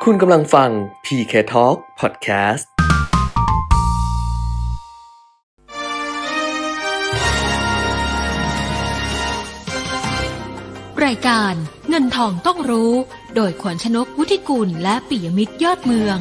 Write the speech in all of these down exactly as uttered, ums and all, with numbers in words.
คุณกำลังฟัง พี เค Talk Podcast รายการเงินทองต้องรู้โดยขวัญชนกวุฒิกุลและปิยมิตรยอดเมือง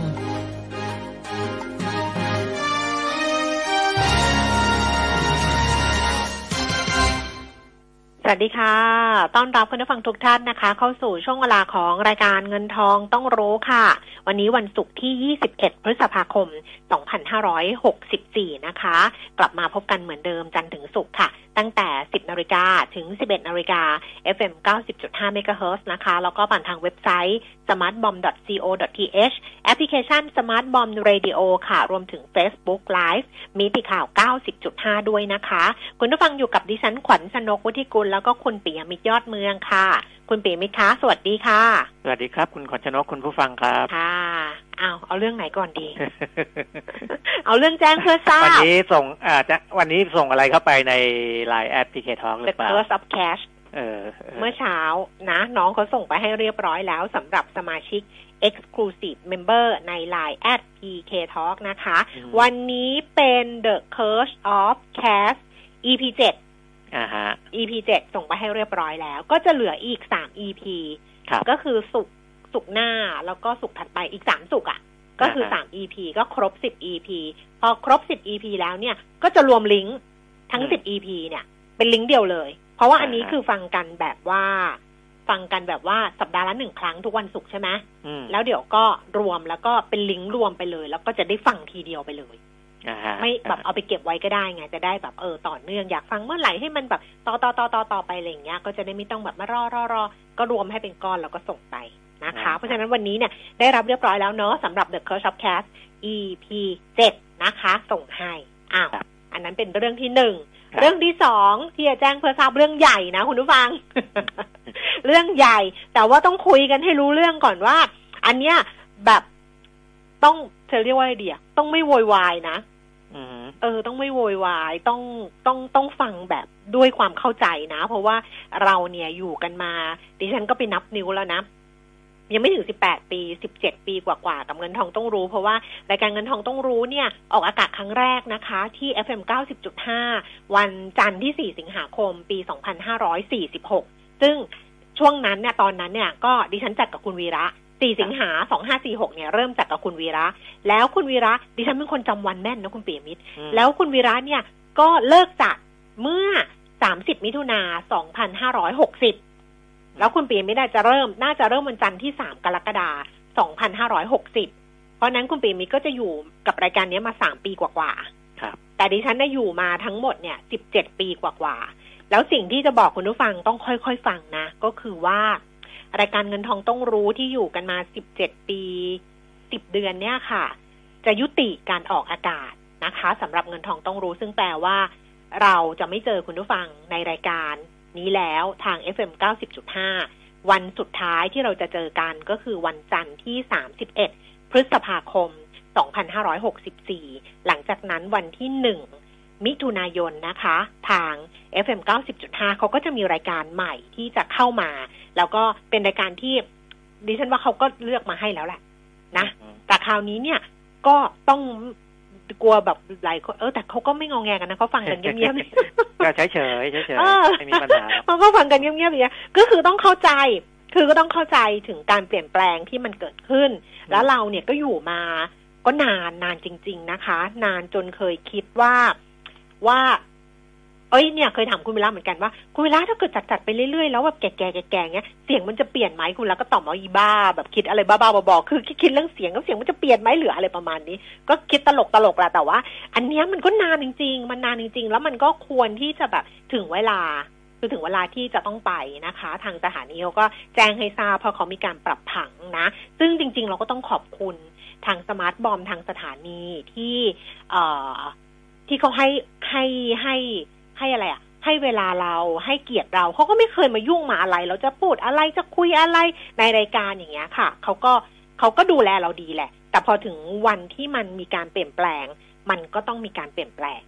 สวัสดีค่ะต้อนรับคุณผู้ฟังทุกท่านนะคะเข้าสู่ช่วงเวลาของรายการเงินทองต้องรู้ค่ะวันนี้วันศุกร์ที่ยี่สิบเอ็ดพฤษภาคมสองพันห้าร้อยหกสิบสี่นะคะกลับมาพบกันเหมือนเดิมจันทร์ถึงศุกร์ค่ะตั้งแต่ สิบนาฬิกา ถึง สิบเอ็ดนาฬิกา เอฟ เอ็ม เก้าสิบจุดห้า เมกะเฮิรตซ์นะคะแล้วก็ผ่านทางเว็บไซต์ สมาร์ทบอม ดอท ซี โอ ดอท ที เอช แอปพลิเคชัน Smart Bomb Radio ค่ะรวมถึง Facebook Live มิติข่าว เก้าสิบจุดห้า ด้วยนะคะคุณผู้ฟังอยู่กับดิฉันขวัญชนกวุฒิกุลแล้วก็คุณปิยมิตรยอดเมืองค่ะคุณปิยมิตรคะสวัสดีค่ะสวัสดีครับคุณขวัญชนกคุณผู้ฟังครับค่ะเอาเอาเรื่องไหนก่อนดี เอาเรื่องแจ้งเพื่อทราบวันนี้ส่งอ่าจะวันนี้ส่งอะไรเข้าไปใน ไลน์ แอท พี เค Talk หรือเปล่า The Curse of Cash เออเมื่อเช้านะน้องเขาส่งไปให้เรียบร้อยแล้วสำหรับสมาชิก Exclusive Member ใน ไลน์ แอท พี เค Talk นะคะวันนี้เป็น The Curse of Cash อี พี เจ็ดอ่าฮะอี พี เจ็ดส่งไปให้เรียบร้อยแล้วก็จะเหลืออีกสาม อี พี ก็คือศุกร์ศุกร์หน้าแล้วก็ศุกร์ถัดไปอีกสามศุกร์อ่ะก็คือสาม อี พี ก็ครบสิบ อี พี พอครบสิบ อี พี แล้วเนี่ยก็จะรวมลิงก์ทั้งสิบ อี พี เนี่ยเป็นลิงก์เดียวเลยเพราะว่าอันนี้คือฟังกันแบบว่าฟังกันแบบว่าสัปดาห์ละหนึ่งครั้งทุกวันศุกร์ใช่ไหมแล้วเดี๋ยวก็รวมแล้วก็เป็นลิงก์รวมไปเลยแล้วก็จะได้ฟังทีเดียวไปเลยไม่แบบเอาไปเก็บไว้ก็ได้ไงจะได้แบบเออต่อเนื่องอยากฟังเมื่อไหร่ให้มันแบบต่อต่อต่อต่อต่อไปอะไรอย่างเงี้ยก็จะได้ไม่ต้องแบบมารอรอรอก็รวมให้เป็นก้อนแล้วก็ส่งไปนะคะเพราะฉะนั้นวันนี้เนี่ยได้รับเรียบร้อยแล้วเนาะสำหรับ The Curse of Cash อี พี เจ็ดนะคะส่งให้อ้าวอันนั้นเป็นเรื่องที่หนึ่งเรื่องที่สองที่จะแจ้งเพื่อทราบเรื่องใหญ่นะคุณผู้ฟัง เรื่องใหญ่แต่ว่าต้องคุยกันให้รู้เรื่องก่อนว่าอันเนี้ยแบบต้องเธอเรียกว่าอะไรดีอ่ะต้องไม่โวยวายนะเออต้องไม่โวยวายต้องต้องต้องฟังแบบด้วยความเข้าใจนะเพราะว่าเราเนี่ยอยู่กันมาดิฉันก็ไปนับนิ้วแล้วนะยังไม่ถึงสิบแปดปีสิบเจ็ดปีกว่าๆกับเงินทองต้องรู้เพราะว่ารายการเงินทองต้องรู้เนี่ยออกอากาศครั้งแรกนะคะที่ เอฟ เอ็ม เก้าสิบจุดห้า วันจันทร์ที่สี่สิงหาคมปีสองพันห้าร้อยสี่สิบหกซึ่งช่วงนั้นเนี่ยตอนนั้นเนี่ยก็ดิฉันจัดกับคุณวีระสี่สิงหาสองพันห้าร้อยสี่สิบหกเนี่ยเริ่มจัดกับคุณวีระแล้วคุณวีระดิฉันเป็นคนจำวันแม่นนะคุณปิยมิตรแล้วคุณวีระเนี่ยก็เลิกจัดเมื่อสามสิบมิถุนายนสองพันห้าร้อยหกสิบแล้วคุณปิยมิตรจะเริ่มน่าจะเริ่มวันจันทร์ที่สามกรกฎาคมสองพันห้าร้อยหกสิบเพราะนั้นคุณปิยมิตรก็จะอยู่กับรายการนี้มาสามปีกว่าๆครับแต่ดิฉันได้อยู่มาทั้งหมดเนี่ยสิบเจ็ดปีกว่าๆแล้วสิ่งที่จะบอกคุณผู้ฟังต้องค่อยๆฟังนะก็คือว่ารายการเงินทองต้องรู้ที่อยู่กันมาสิบเจ็ดปีสิบเดือนเนี่ยค่ะจะยุติการออกอากาศนะคะสำหรับเงินทองต้องรู้ซึ่งแปลว่าเราจะไม่เจอคุณผู้ฟังในรายการนี้แล้วทาง เอฟ เอ็ม เก้าสิบจุดห้า วันสุดท้ายที่เราจะเจอกันก็คือวันจันทร์ที่สามสิบเอ็ดพฤษภาคมสองพันห้าร้อยหกสิบสี่หลังจากนั้นวันที่หนึ่งมิถุนายนนะคะทาง เอฟ เอ็ม เก้าสิบจุดห้า เขาก็จะมีรายการใหม่ที่จะเข้ามาแล้วก็เป็นรายการที่ดิฉันว่าเขาก็เลือกมาให้แล้วแหละนะแต่คราวนี้เนี่ยก็ต้องกลัวแบบหลายคนเออแต่เขาก็ไม่งอแงกันนะเขาฟังกันเงียบๆก็เฉยๆเฉยๆไม่มีปัญหาเขาก็ฟังกันเงียบๆอย่างเงี้ยก็คือต้องเข้าใจคือก็ต้องเข้าใจถึงการเปลี่ยนแปลงที่มันเกิดขึ้นแล้วเราเนี่ยก็อยู่มาก็นานนานจริงๆนะคะนานจนเคยคิดว่าว่าเอ้ยเนี่ยเคยถามคุณวิระเหมือนกันว่าคุณวิระถ้าเกิดจัดๆไปเรื่อยๆแล้วแบบแก่ๆแก่ๆเงี้ยเสียงมันจะเปลี่ยนไหมคุณวิระก็ตอบว่าอีบ้าแบบคิดอะไรบ้าๆบอๆคือคิดเรื่องเสียงก็เสียงมันจะเปลี่ยนไหมหรืออะไรประมาณนี้ก็คิดตลกๆแหละแต่ว่าอันเนี้ยมันก็นานจริงๆมันนานจริงๆแล้วมันก็ควรที่จะแบบถึงเวลาคือถึงเวลาที่จะต้องไปนะคะทางสถานีเขาก็แจ้งให้ทราบเพราะเขามีการปรับผังนะซึ่งจริงๆเราก็ต้องขอบคุณทางสมาร์ทบอมทางสถานีที่เอ่อที่เขาให้ให้ให้ให้อะไรอ่ะให้เวลาเราให้เกียรติเราเขาก็ไม่เคยมายุ่งมาอะไรเราจะพูดอะไรจะคุยอะไรในรายการอย่างเงี้ยค่ะเขาก็เขาก็ดูแลเราดีแหละแต่พอถึงวันที่มันมีการเปลี่ยนแปลงมันก็ต้องมีการเปลี่ยนแปลง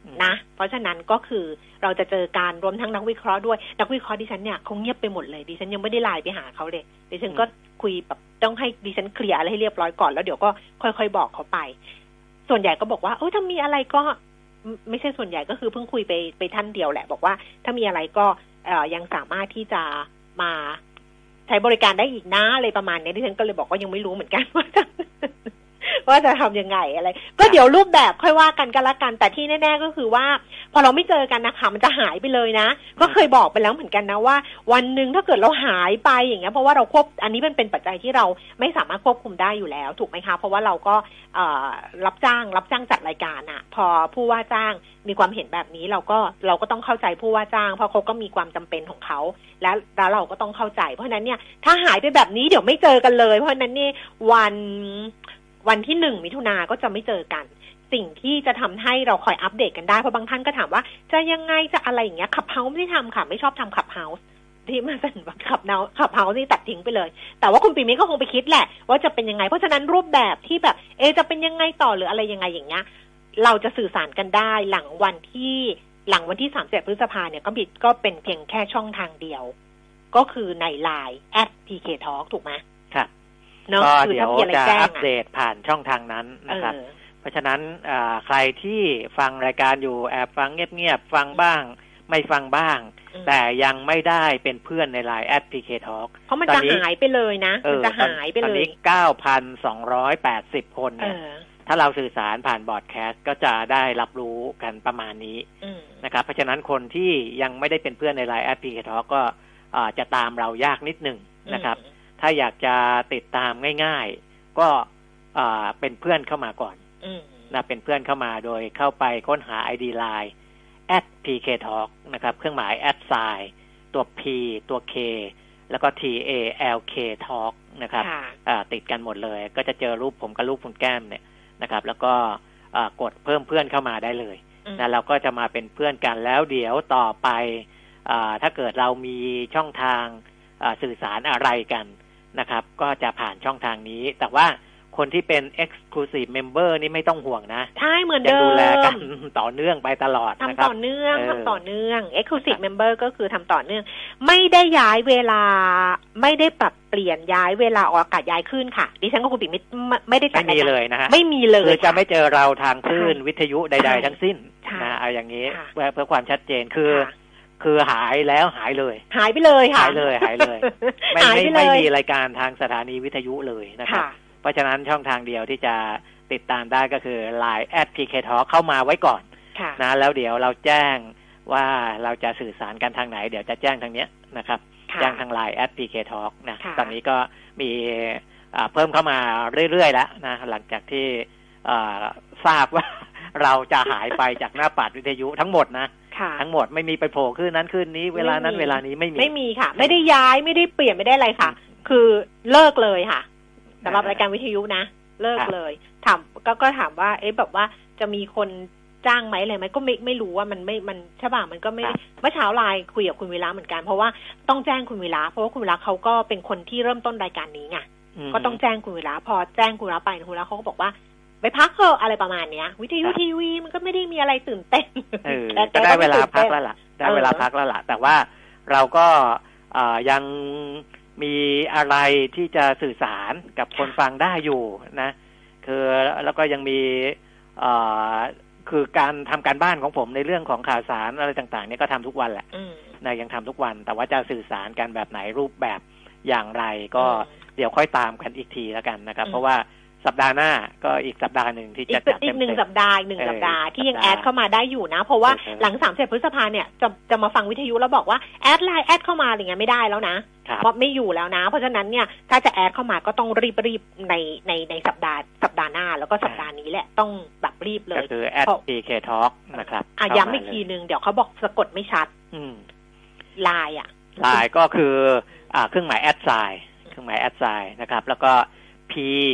นะเพราะฉะนั้นก็คือเราจะเจอการรวมทั้งนักวิเคราะห์ด้วยนักวิเคราะห์ดิฉันเนี่ยคงเงียบไปหมดเลยดิฉันยังไม่ได้ไลน์ไปหาเขาเลยดิฉันก็คุยแบบต้องให้ดิฉันเคลียร์อะไรให้เรียบร้อยก่อนแล้วเดี๋ยวก็ค่อยๆบอกเขาไปส่วนใหญ่ก็บอกว่าเออถ้ามีอะไรก็ไม่ใช่ส่วนใหญ่ก็คือเพิ่งคุยไปไปท่านเดียวแหละบอกว่าถ้ามีอะไรก็เอ่อยังสามารถที่จะมาใช้บริการได้อีกนะอะไรประมาณนี้ดิฉันก็เลยบอกว่ายังไม่รู้เหมือนกันว่าจะว่าจะทำยังไงอะไรก็เดี๋ยวรูปแบบค่อยว่ากันกันละกันแต่ที่แน่ๆก็คือว่าพอเราไม่เจอกันนะคะมันจะหายไปเลยนะก็เคยบอกไปแล้วเหมือนกันนะว่าวันนึงถ้าเกิดเราหายไปอย่างเงี้ยเพราะว่าเราควบอันนี้มันเป็นปัจจัยที่เราไม่สามารถควบคุมได้อยู่แล้วถูกไหมคะเพราะว่าเราก็เอ่อรับจ้างรับจ้างจัดรายการอะพอผู้ว่าจ้างมีความเห็นแบบนี้เราก็เราก็ต้องเข้าใจผู้ว่าจ้างเพราะเขาก็มีความจำเป็นของเขาแล้วแล้วเราก็ต้องเข้าใจเพราะฉะนั้นเนี่ยถ้าหายไปแบบนี้เดี๋ยวไม่เจอกันเลยเพราะฉะนั้นนี่วันวันที่หนึ่งมิถุนาก็จะไม่เจอกันสิ่งที่จะทำให้เราคอยอัปเดตกันได้เพราะบางท่านก็ถามว่าจะยังไงจะอะไรอย่างเงี้ยขับเฮาส์ไม่ได้ทำค่ะไม่ชอบทำขับเฮาส์ที่มาสั่นว่าขับเนาขับเฮาส์นี่ตัดทิ้งไปเลยแต่ว่าคุณปีมิก็คงไปคิดแหละว่าจะเป็นยังไงเพราะฉะนั้นรูปแบบที่แบบเอจะเป็นยังไงต่อหรืออะไรยังไงอย่างเงี้ยเราจะสื่อสารกันได้หลังวันที่หลังวันที่สามสิบเอ็ดพฤษภาเนี่ยก็บิดก็เป็นเพียงแค่ช่องทางเดียวก็คือใน ไลน์ แอท พี เค ทอล์ก ถูกไหมครับเนาะก็เดี๋ยวจะอัปเดตผ่านช่องทางนั้นนะครับเพราะฉะนั้นใครที่ฟังรายการอยู่แอบฟังเงียบๆฟังบ้างไม่ฟังบ้างแต่ยังไม่ได้เป็นเพื่อนใน ไลน์ แอท พี เค ทอล์กเพราะมันจะหายไปเลยนะมันจะหายไปเลยตอนนี้ เก้าพันสองร้อยแปดสิบ คนเนี่ยถ้าเราสื่อสารผ่านบอดแคสต์ก็จะได้รับรู้กันประมาณนี้นะครับเพราะฉะนั้นคนที่ยังไม่ได้เป็นเพื่อนใน ไลน์ แอท พี เค ทอล์ก ก็จะตามเรายากนิดหนึ่งนะครับถ้าอยากจะติดตามง่ายๆก็เป็นเพื่อนเข้ามาก่อนนะเป็นเพื่อนเข้ามาโดยเข้าไปค้นหา ไอ ดี ไลน์ แอท พี เค ทอล์ก นะครับเครื่องหมายแอดไซน์ตัว P ตัว K แล้วก็ ที เอ แอล เค Talk นะครับติดกันหมดเลยก็จะเจอรูปผมกับรูปคุณแก้มเนี่ยนะครับแล้วก็กดเพิ่มเพื่อนเข้ามาได้เลยนะเราก็จะมาเป็นเพื่อนกันแล้วเดี๋ยวต่อไปถ้าเกิดเรามีช่องทางสื่อสารอะไรกันนะครับก็จะผ่านช่องทางนี้แต่ว่าคนที่เป็น Exclusive Member นี่ไม่ต้องห่วงนะใช่เหมือนเดิมจะดูแลกันต่อเนื่องไปตลอดนะครับทำต่อเนื่องทำต่อเนื่อง Exclusive Member ก็คือทำต่อเนื่องไม่ได้ย้ายเวลาไม่ได้ปรับเปลี่ยนย้ายเวลาออกอากาศย้ายขึ้นค่ะดิฉันก็คุณปิ๊กไม่ไม่ได้จัดไม่มีเลยนะฮะไม่มีเลยคือจะไม่เจอเราทางคลื่นวิทยุใดๆทั้งสิ้นนะเอาอย่างนี้เพื่อเพื่อความชัดเจนคือคือหายแล้วหายเลยหายไปเลยค่ะหายเลยหายเลยไม่ไม่ไม่มีรายการทางสถานีวิทยุเลยนะครับเพราะฉะนั้นช่องทางเดียวที่จะติดตามได้ก็คือ ไลน์ แอท พี เค ทอล์ก เข้ามาไว้ก่อนนะแล้วเดี๋ยวเราแจ้งว่าเราจะสื่อสารกันทางไหนเดี๋ยวจะแจ้งทางเนี้ยนะครับแจ้งทาง ไลน์ แอท พี เค ทอล์ก นะตอนนี้ก็มีเพิ่มเข้ามาเรื่อยๆแล้วนะหลังจากที่ทราบว่าเราจะหายไปจากหน้าปัดวิทยุทั้งหมดนะทั้งหมดไม่มีไปโผล่ขึ้นนั้นขึ้นนี้เวลานั้นเวลานี้ไม่มีไม่มีค่ะไม่ได้ย้ายไม่ได้เปลี่ยนไม่ได้อะไรค่ะคือเลิกเลยค่ะสำหรับรายการวิทยุนะเลิกเลยถามก็ก็ถามว่าเอ๊ะแบบว่าจะมีคนจ้างไหมอะไรไหมก็ไม่ไม่รู้ว่ามันไม่มันใช่ป่ะมันก็ไม่เมื่อเช้าไลน์คุยกับคุณวิระเหมือนกันเพราะว่าต้องแจ้งคุณวิระเพราะว่าคุณวิระเขาก็เป็นคนที่เริ่มต้นรายการนี้ไงก็ต้องแจ้งคุณวิระพอแจ้งคุณวิระไปคุณวิระเขาก็บอกว่าไปพักเถอะอะไรประมาณเนี้ยวิทยุทีวีมันก็ไม่ได้มีอะไรตื่นเต้นก็ได้เวลาพักแล้วล่ะได้เวลาพักแล้วล่ะแต่ว่าเราก็ยังมีอะไรที่จะสื่อสารกับคนฟังได้อยู่นะคือแล้วก็ยังมีคือการทำการบ้านของผมในเรื่องของข่าวสารอะไรต่างๆเนี่ยก็ทำทุกวันแหละนะยังทำทุกวันแต่ว่าจะสื่อสารกันแบบไหนรูปแบบอย่างไรก็เดี๋ยวค่อยตามกันอีกทีแล้วกันนะครับเพราะว่าสัปดาห์หน้าก็อีกสัปดาห์หนึ่งที่จะอีกหนึ่งสัปดาห์หนึ่งสัปดาห์ที่ยังแอดเข้ามาได้อยู่นะเพราะว่าหลังสามสิบเอ็ดพฤษภาเนี่ยจะจะมาฟังวิทยุแล้วบอกว่าแอดไลน์แอดเข้ามาอะไรเงี้ยไม่ได้แล้วนะเพราะไม่อยู่แล้วนะเพราะฉะนั้นเนี่ยถ้าจะแอดเข้ามาก็ต้องรีบรีบในในในสัปดาห์สัปดาห์หน้าแล้วก็สัปดาห์นี้แหละต้องแบบรีบเลยก็คือแอด พี เค ทอล์ก นะครับอ่ะย้ำอีกทีนึงเดี๋ยวเขาบอกสะกดไม่ชัดไลน์อ่ะไลน์ก็คืออ่าเครื่องหมายแอดไซน์เครื่องหมายแอดไซน์นะครับแล้วก็ P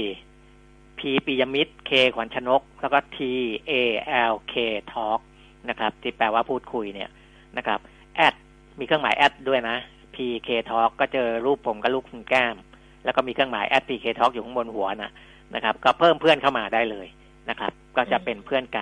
P ปิยมิตร K ขวัญชนกแล้วก็ T A L K Talk นะครับที่แปลว่าพูดคุยเนี่ยนะครับแอดมีเครื่องหมายแอดด้วยนะ พี เค Talk ก็เจอรูปผมกับรูปคุณแก้มแล้วก็มีเครื่องหมายแอด พี เค Talk อยู่ข้างบนหัวนะนะครับก็เพิ่มเพื่อนเข้ามาได้เลยนะครับก็จะเป็นเพื่อนกัน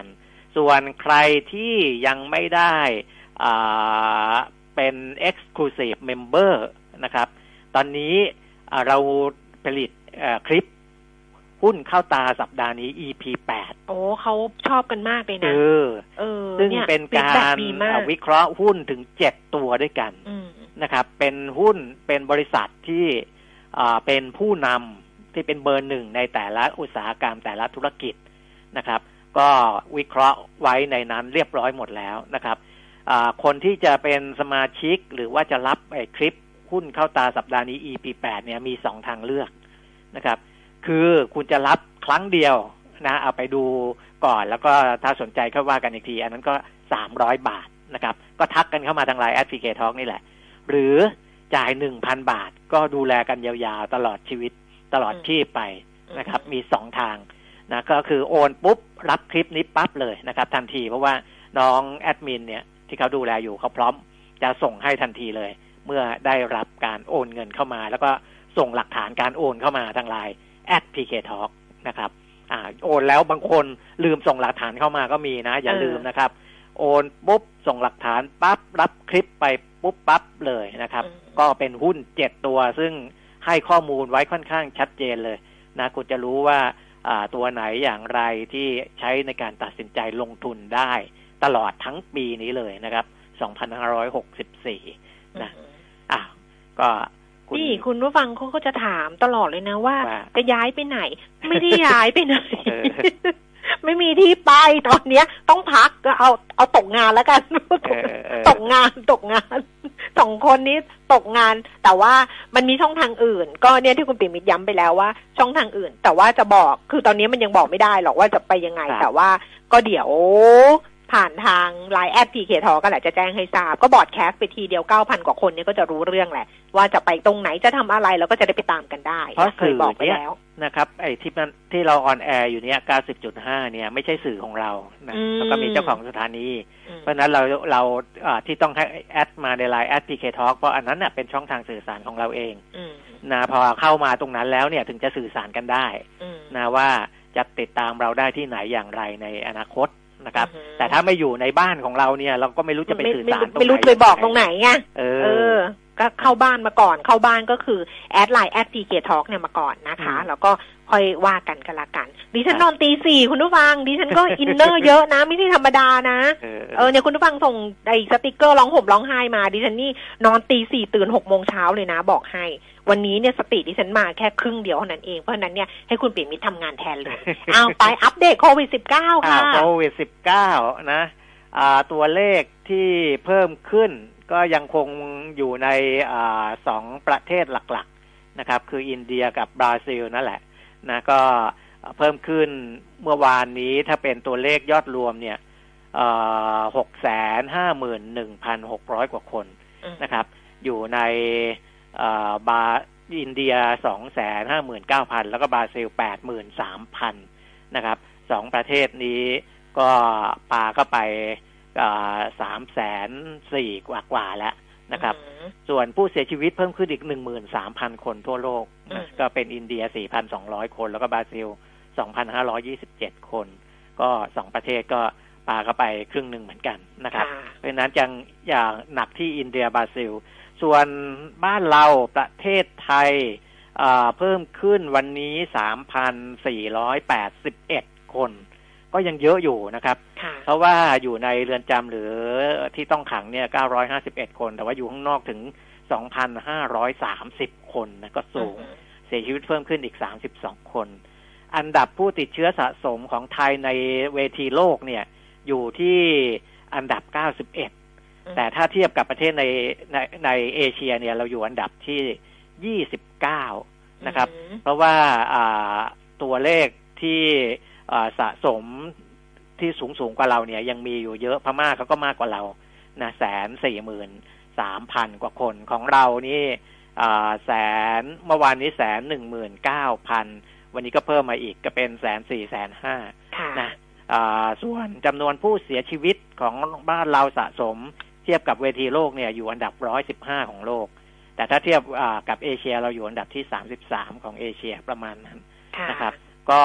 ส่วนใครที่ยังไม่ได้อ่าเป็น Exclusive Member นะครับตอนนี้เราผลิตคลิปหุ้นเข้าตาสัปดาห์นี้ อี พี แปดโอ้เขาชอบกันมากเลยนะเออเออซึ่งเป็นการวิเคราะห์หุ้นถึงเจ็ดตัวด้วยกันนะครับเป็นหุ้นเป็นบริษัทที่เป็นผู้นำที่เป็นเบอร์หนึ่งในแต่ละอุตสาหกรรมแต่ละธุรกิจนะครับก็วิเคราะห์ไว้ในนั้นเรียบร้อยหมดแล้วนะครับคนที่จะเป็นสมาชิกหรือว่าจะรับไอ้คลิปหุ้นเข้าตาสัปดาห์นี้ อี พี แปด เนี่ยมีสองทางเลือกนะครับคือคุณจะรับครั้งเดียวนะเอาไปดูก่อนแล้วก็ถ้าสนใจเข้าว่ากันอีกทีอันนั้นก็สามร้อยบาทนะครับก็ทักกันเข้ามาทางไลน์ แอท พี เค Talk นี่แหละหรือจ่าย หนึ่งพัน บาทก็ดูแลกันยาวๆตลอดชีวิตตลอดชีพไปนะครับมีสองทางนะก็คือโอนปุ๊บรับคลิปนี้ปั๊บเลยนะครับทันทีเพราะว่าน้องแอดมินเนี่ยที่เขาดูแลอยู่เขาพร้อมจะส่งให้ทันทีเลยเมื่อได้รับการโอนเงินเข้ามาแล้วก็ส่งหลักฐานการโอนเข้ามาทางไลน์ แอท พี เค Talk นะครับอ่าโอนแล้วบางคนลืมส่งหลักฐานเข้ามาก็มีนะอย่าลืมนะครับโอนปุ๊บส่งหลักฐานปั๊บรับคลิปไปปุ๊บปั๊บเลยนะครับก็เป็นหุ้นเจ็ดตัวซึ่งให้ข้อมูลไว้ค่อนข้างชัดเจนเลยนะคุณจะรู้ว่าอ่าตัวไหนอย่างไรที่ใช้ในการตัดสินใจลงทุนได้ตลอดทั้งปีนี้เลยนะครับสองพันห้าร้อยหกสิบสี่นะอ่ะก็นี่คุณผู้ฟังเขาก็จะถามตลอดเลยนะว่าจะย้ายไปไหนไม่ได้ย้ายไปไหน ไม่มีที่ไปตอนเนี้ยต้องพักก็เอาเอาตกงานแล้วกันตกงานตกงานสองคนนี้ตกงานแต่ว่ามันมีช่องทางอื่นก็เนี่ยที่คุณปิ่มมิตรย้ำไปแล้วว่าช่องทางอื่นแต่ว่าจะบอกคือตอนนี้มันยังบอกไม่ได้หรอกว่าจะไปยังไงแต่ว่าก็เดี๋ยวผ่านทาง ไลน์ แอท พี เค Talk ก็แหละจะแจ้งให้ทราบก็บอดแคสต์ไปทีเดียว เก้าพัน กว่าคนเนี่ยก็จะรู้เรื่องแหละว่าจะไปตรงไหนจะทำอะไรแล้วก็จะได้ไปตามกันได้เพราะเคยบอกไปแล้วนะครับไอ้ที่ที่เราออนแอร์อยู่เนี้ย เก้าสิบจุดห้า เนี่ยไม่ใช่สื่อของเรานะแล้วก็มีเจ้าของสถานีเพราะนั้นเราเราที่ต้องให้แอดมาใน ไลน์ แอท พี เค Talk เพราะอันนั้นน่ะเป็นช่องทางสื่อสารของเราเองนะพอเข้ามาตรงนั้นแล้วเนี่ยถึงจะสื่อสารกันได้นะว่าจะติดตามเราได้ที่ไหนอย่างไรในอนาคตนะครับแต่ถ้าไม่อยู่ในบ้านของเราเนี่ยเราก็ไม่รู้จะไปสื่อสารตรงไหนไม่รู้จะบอกตรงไหนไงเออก็เข้าบ้านมาก่อนเข้าบ้านก็คือแอดไลน์ แอท พี เค Talk เนี่ยมาก่อนนะคะแล้วก็ค่อยว่ากันกันละกันดิฉันนอนตีสี่คุณผู้ฟังดิฉันก็อินเนอร์เยอะนะไม่ใช่ธรรมดานะเออเนี่ยคุณผู้ฟังส่งไอ้สติกเกอร์ร้องห่มร้องไห้มาดิฉันนี่นอนตีสี่ตื่นหกโมงเช้าเลยนะบอกให้วันนี้เนี่ยสติดิฉันมาแค่ครึ่งเดียวเท่านั้นเองเพราะฉะนั้นเนี่ยให้คุณปิ่มมิตรทำงานแทนเลยเอาไปอัปเดตโควิดสิบเก้าค่ะโควิดสิบเก้านะอ่าตัวเลขที่เพิ่มขึ้นก็ยังคงอยู่ในอ่าสองประเทศหลักๆนะครับคืออินเดียกับบราซิลนั่นแหละนะก็เพิ่มขึ้นเมื่อวานนี้ถ้าเป็นตัวเลขยอดรวมเนี่ยหกแสนห้าหมื่นหนึ่งพันหกร้อยกว่าคนนะครับอยู่ในบาอินเดียสองแสนห้าหมื่นเก้าพันแล้วก็บราซิลแปดหมื่นสามพันนะครับสองประเทศนี้ก็ปาเข้าไปสามแสนสี่กว่ากว่าแล้วนะครับส่วนผู้เสียชีวิตเพิ่มขึ้นอีก หนึ่งหมื่นสามพัน คนทั่วโลกนะก็เป็นอินเดีย สี่พันสองร้อย คนแล้วก็บราซิล สองพันห้าร้อยยี่สิบเจ็ด คนก็สองประเทศก็ปาเข้าไปครึ่งหนึ่งเหมือนกันนะครับเพราะฉะนั้นยังอย่างหนักที่อินเดียบราซิลส่วนบ้านเราประเทศไทยเพิ่มขึ้นวันนี้ สามพันสี่ร้อยแปดสิบเอ็ด คนก็ยังเยอะอยู่นะครับเพราะว่าอยู่ในเรือนจำหรือที่ต้องขังเนี่ยเก้าร้อยห้าสิบเอ็ดคนแต่ว่าอยู่ข้างนอกถึง สองพันห้าร้อยสามสิบ คนนะก็สูงเสียชีวิตเพิ่มขึ้นอีกสามสิบสองคนอันดับผู้ติดเชื้อสะสมของไทยในเวทีโลกเนี่ยอยู่ที่อันดับเก้าสิบเอ็ดแต่ถ้าเทียบกับประเทศในในในเอเชียเนี่ยเราอยู่อันดับที่ยี่สิบเก้านะครับเพราะว่าตัวเลขที่สะสมที่สูงสูงกว่าเราเนี่ยยังมีอยู่เยอะพม่าเขาก็มากกว่าเรานะแสนสี่หมื่นสามพันกว่าคนของเรานี่แสนเมื่อวานนี้แสนหนึ่งหมื่นเก้าพันวันนี้ก็เพิ่มมาอีกก็เป็นแสนสี่แสนห้านะส่วนจำนวนผู้เสียชีวิตของบ้านเราสะสมเทียบกับเวทีโลกเนี่ยอยู่อันดับหนึ่งร้อยสิบห้าของโลกแต่ถ้าเทียบกับเอเชียเราอยู่อันดับที่สามสิบสามของเอเชียประมาณนั้นนะครับก็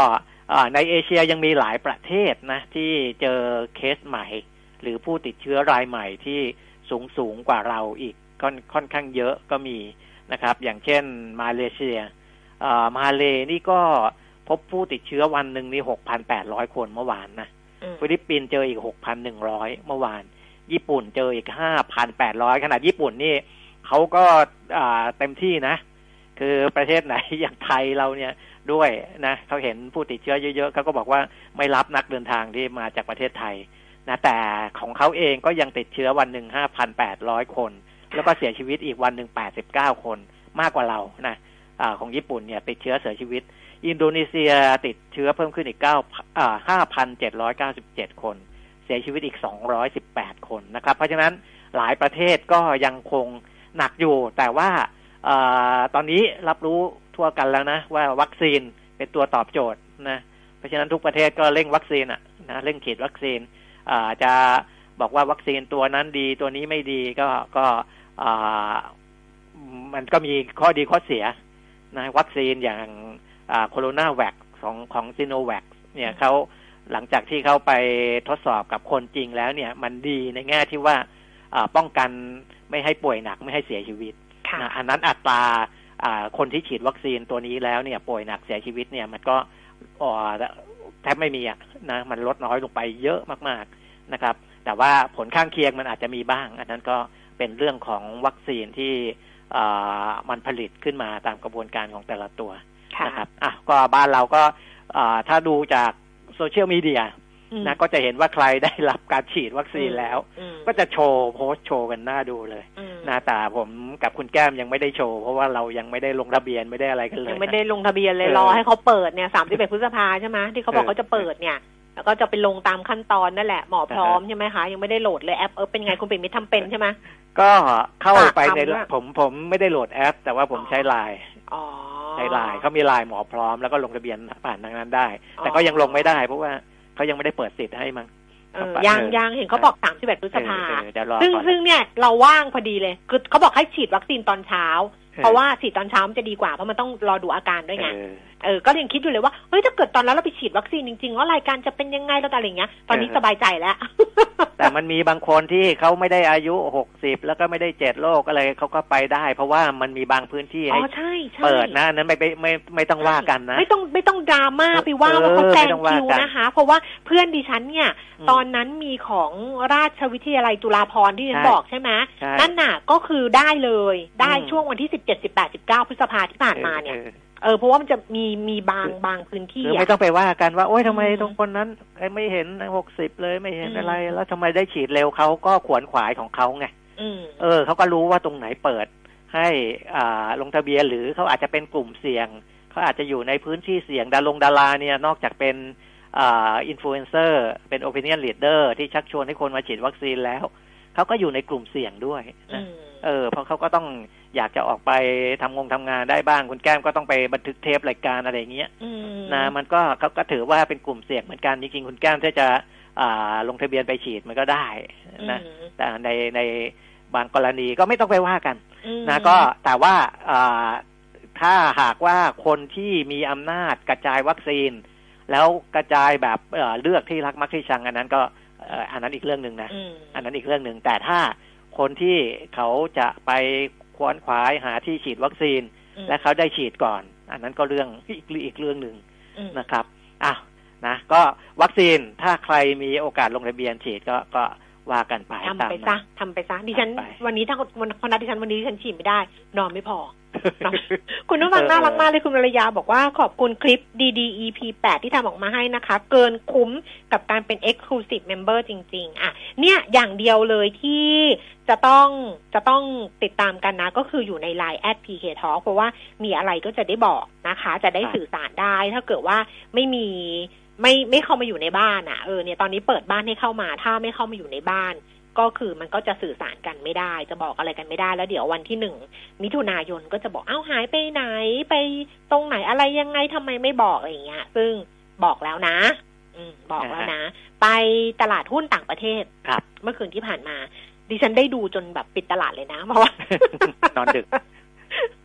ในเอเชียยังมีหลายประเทศนะที่เจอเคสใหม่หรือผู้ติดเชื้อรายใหม่ที่สูงสูงกว่าเราอีกค่อนค่อนข้างเยอะก็มีนะครับอย่างเช่นมาเลเซียมาเลนี่ก็พบผู้ติดเชื้อวันหนึ่งนี่ หกพันแปดร้อย คนเมื่อวานนะฟิลิปปินส์เจออีก หกพันหนึ่งร้อย เมื่อวานญี่ปุ่นเจออีก ห้าพันแปดร้อย ขนาดญี่ปุ่นนี่เขาก็เต็มที่นะคือประเทศไหนอย่างไทยเราเนี่ยด้วยนะเขาเห็นผู้ติดเชื้อเยอะๆเขาก็บอกว่าไม่รับนักเดินทางที่มาจากประเทศไทยนะแต่ของเขาเองก็ยังติดเชื้อวันหนึ่ง ห้าพันแปดร้อย คนแล้วก็เสียชีวิตอีกวันหนึ่งแปดสิบเก้าคนมากกว่าเรานะอ่าของญี่ปุ่นเนี่ยติดเชื้อเสียชีวิตอินโดนีเซียติดเชื้อเพิ่มขึ้นอีกเก้าอ่า ห้าพันเจ็ดร้อยเก้าสิบเจ็ด คนเสียชีวิตอีกสองร้อยสิบแปดคนนะครับเพราะฉะนั้นหลายประเทศก็ยังคงหนักอยู่แต่ว่าอ่าตอนนี้รับรู้ทั่วกันแล้วนะว่าวัคซีนเป็นตัวตอบโจทย์นะเพราะฉะนั้นทุกประเทศก็เร่งวัคซีนอ่ะนะเร่งฉีดวัคซีนอ่าจะบอกว่าวัคซีนตัวนั้นดีตัวนี้ไม่ดีก็ก็อ่ามันก็มีข้อดีข้อเสียนะวัคซีนอย่างอ่าโคโรนาแวคของของซิโนแวคเนี่ยเขาหลังจากที่เขาไปทดสอบกับคนจริงแล้วเนี่ยมันดีในแง่ที่ว่าอ่าป้องกันไม่ให้ป่วยหนักไม่ให้เสียชีวิตนะอันนั้นอัตราอ่าคนที่ฉีดวัคซีนตัวนี้แล้วเนี่ยป่วยหนักเสียชีวิตเนี่ยมันก็อ่อแทบไม่มีอ่ะนะมันลดน้อยลงไปเยอะมากๆนะครับแต่ว่าผลข้างเคียงมันอาจจะมีบ้างอันนั้นก็เป็นเรื่องของวัคซีนที่อ่ามันผลิตขึ้นมาตามกระบวนการของแต่ละตัวนะครับอ่ะก็บ้านเราก็อ่าถ้าดูจากโซเชียลมีเดียนะก็จะเห็นว่าใครได้รับการฉีดวัคซีนแล้วก็จะโชว์โพสต์โชว์กันหน้าดูเลยนะแต่ผมกับคุณแก้มยังไม่ได้โชว์เพราะว่าเรายังไม่ได้ลงทะเบียนไม่ได้อะไรกันเลยยังไม่ได้ลงทะเบียนเลยรอให้เขาเปิดเนี่ยสามสิบเอ็ดพฤษภาใช่ไหมที่เขาบอกเขาจะเปิดเนี่ยแล้วก็จะไปลงตามขั้นตอนนั่นแหละหมอพร้อมใช่ไหมคะยังไม่ได้โหลดเลยแอปเออเป็นไงคุณปิ่นมิตรทำเป็นใช่ไหมก็เข้าไปในผมผมไม่ได้โหลดแอปแต่ว่าผมใช้ไลน์ใช้ไลน์เขามีไลน์หมอพร้อมแล้วก็ลงทะเบียนผ่านทางนั้นได้แต่ก็ยังลงไม่ได้เพราะว่าเขายังไม่ได้เปิดสิทธิ์ให้มั้งยังยังเห็นเขาบอกสามสิบเอ็ดพฤษภาซึ่งซึ่งเนี่ยเราว่างพอดีเลยคือเขาบอกให้ฉีดวัคซีนตอนเช้าเพราะว่าฉีดตอนเช้ามันจะดีกว่าเพราะมันต้องรอดูอาการด้วยไงเออก็ยังคิดอยู่เลยว่าเฮ้ยถ้าเกิดตอนนั้นเราไปฉีดวัคซีนจริงๆว่ารายการจะเป็นยังไงแล้วอะไรอย่างเงี้ยตอนนี้สบายใจแล้วแต่มันมีบางคนที่เขาไม่ได้อายุหกสิบแล้วก็ไม่ได้เจ็ดโรคอะไรเขาก็ไปได้เพราะว่ามันมีบางพื้นที่ให้เปิดนะนั้นไม่ไม่ไม่ต้องว่ากันนะไม่ต้องไม่ต้องดราม่าไปว่าว่าเขาแซงคิวนะคะเพราะว่าเพื่อนดิฉันเนี่ยตอนนั้นมีของราชวิทยาลัยจุฬาภรณ์ที่ฉันบอกใช่ไหมนั่นน่ะก็คือได้เลยได้ช่วงวันที่สิบเจ็ด สิบแปด สิบเก้าพฤษภาที่ผ่านมาเนี่ยเออเพราะว่ามันจะมีมีบางบางพื้นที่คือไม่ต้องไปว่ากันว่าโอ๊ยทำไมตรงคนนั้นไม่เห็นหกสิบเลยไม่เห็นอะไรแล้วทำไมได้ฉีดเร็วเขาก็ขวนขวายของเขาไงเออเขาก็รู้ว่าตรงไหนเปิดให้อ่าลงทะเบียนหรือเขาอาจจะเป็นกลุ่มเสี่ยงเขาอาจจะอยู่ในพื้นที่เสี่ยงดารงดาราเนี่ยนอกจากเป็นอ่าอินฟลูเอนเซอร์เป็นโอปิเนียนลีดเดอร์ที่ชักชวนให้คนมาฉีดวัคซีนแล้วเขาก็อยู่ในกลุ่มเสี่ยงด้วยนะเออเพราะเขาก็ต้องอยากจะออกไปทำงงทำงานได้บ้างคุณแก้มก็ต้องไปบันทึกเทปรายการอะไรอย่างเงี้ยนะมันก็เขาก็ถือว่าเป็นกลุ่มเสี่ยงเหมือนกันจริงๆคุณแก้มถ้าจะอ่าลงทะเบียนไปฉีดมันก็ได้นะแต่ในในบางกรณีก็ไม่ต้องไปว่ากันนะก็แต่ว่าอ่าถ้าหากว่าคนที่มีอำนาจกระจายวัคซีนแล้วกระจายแบบเอ่อเลือกที่รักมักที่ชังอันนั้นก็อันนั้นอีกเรื่องนึงนะอันนั้นอีกเรื่องนึงแต่ถ้าคนที่เขาจะไปควนขวายหาที่ฉีดวัคซีนและเขาได้ฉีดก่อนอันนั้นก็เรื่องอีกอีกเรื่องนึงนะครับอ่ะนะก็วัคซีนถ้าใครมีโอกาสลงทะเบียนฉีดก็ก็ว่ากันไปทำไปซะทำไปซะดิฉันวันนี้ถ้าวันคนนัดดิฉันวันนี้ดิฉันฉีดไม่ได้นอนไม่พอ คุณผู้ฟังน่ารักมากเลยคุณวรยาบอกว่าขอบคุณคลิป ดี ดี อี พี แปดที่ทำออกมาให้นะคะเกินคุ้มกับการเป็น Exclusive Member จริงๆอ่ะเนี่ยอย่างเดียวเลยที่จะต้องจะต้องติดตามกันนะก็คืออยู่ใน ไลน์ แอท พี เค Talk เพราะว่ามีอะไรก็จะได้บอกนะคะจะได้สื่อสารได้ถ้าเกิดว่าไม่มีไม่ไม่เข้ามาอยู่ในบ้านอ่ะเออเนี่ยตอนนี้เปิดบ้านให้เข้ามาถ้าไม่เข้ามาอยู่ในบ้านก็คือมันก็จะสื่อสารกันไม่ได้จะบอกอะไรกันไม่ได้แล้วเดี๋ยววันที่หนึ่งมิถุนายนก็จะบอกเอ้าหายไปไหนไปตรงไหนอะไรยังไงทำไมไม่บอกอะไรอย่างเงี้ยซึ่งบอกแล้วนะอืมบอกแล้วนะไปตลาดหุ้นต่างประเทศครับเมื่อคืนที่ผ่านมาดิฉันได้ดูจนแบบปิดตลาดเลยนะเพราะว่านอนดึกแต่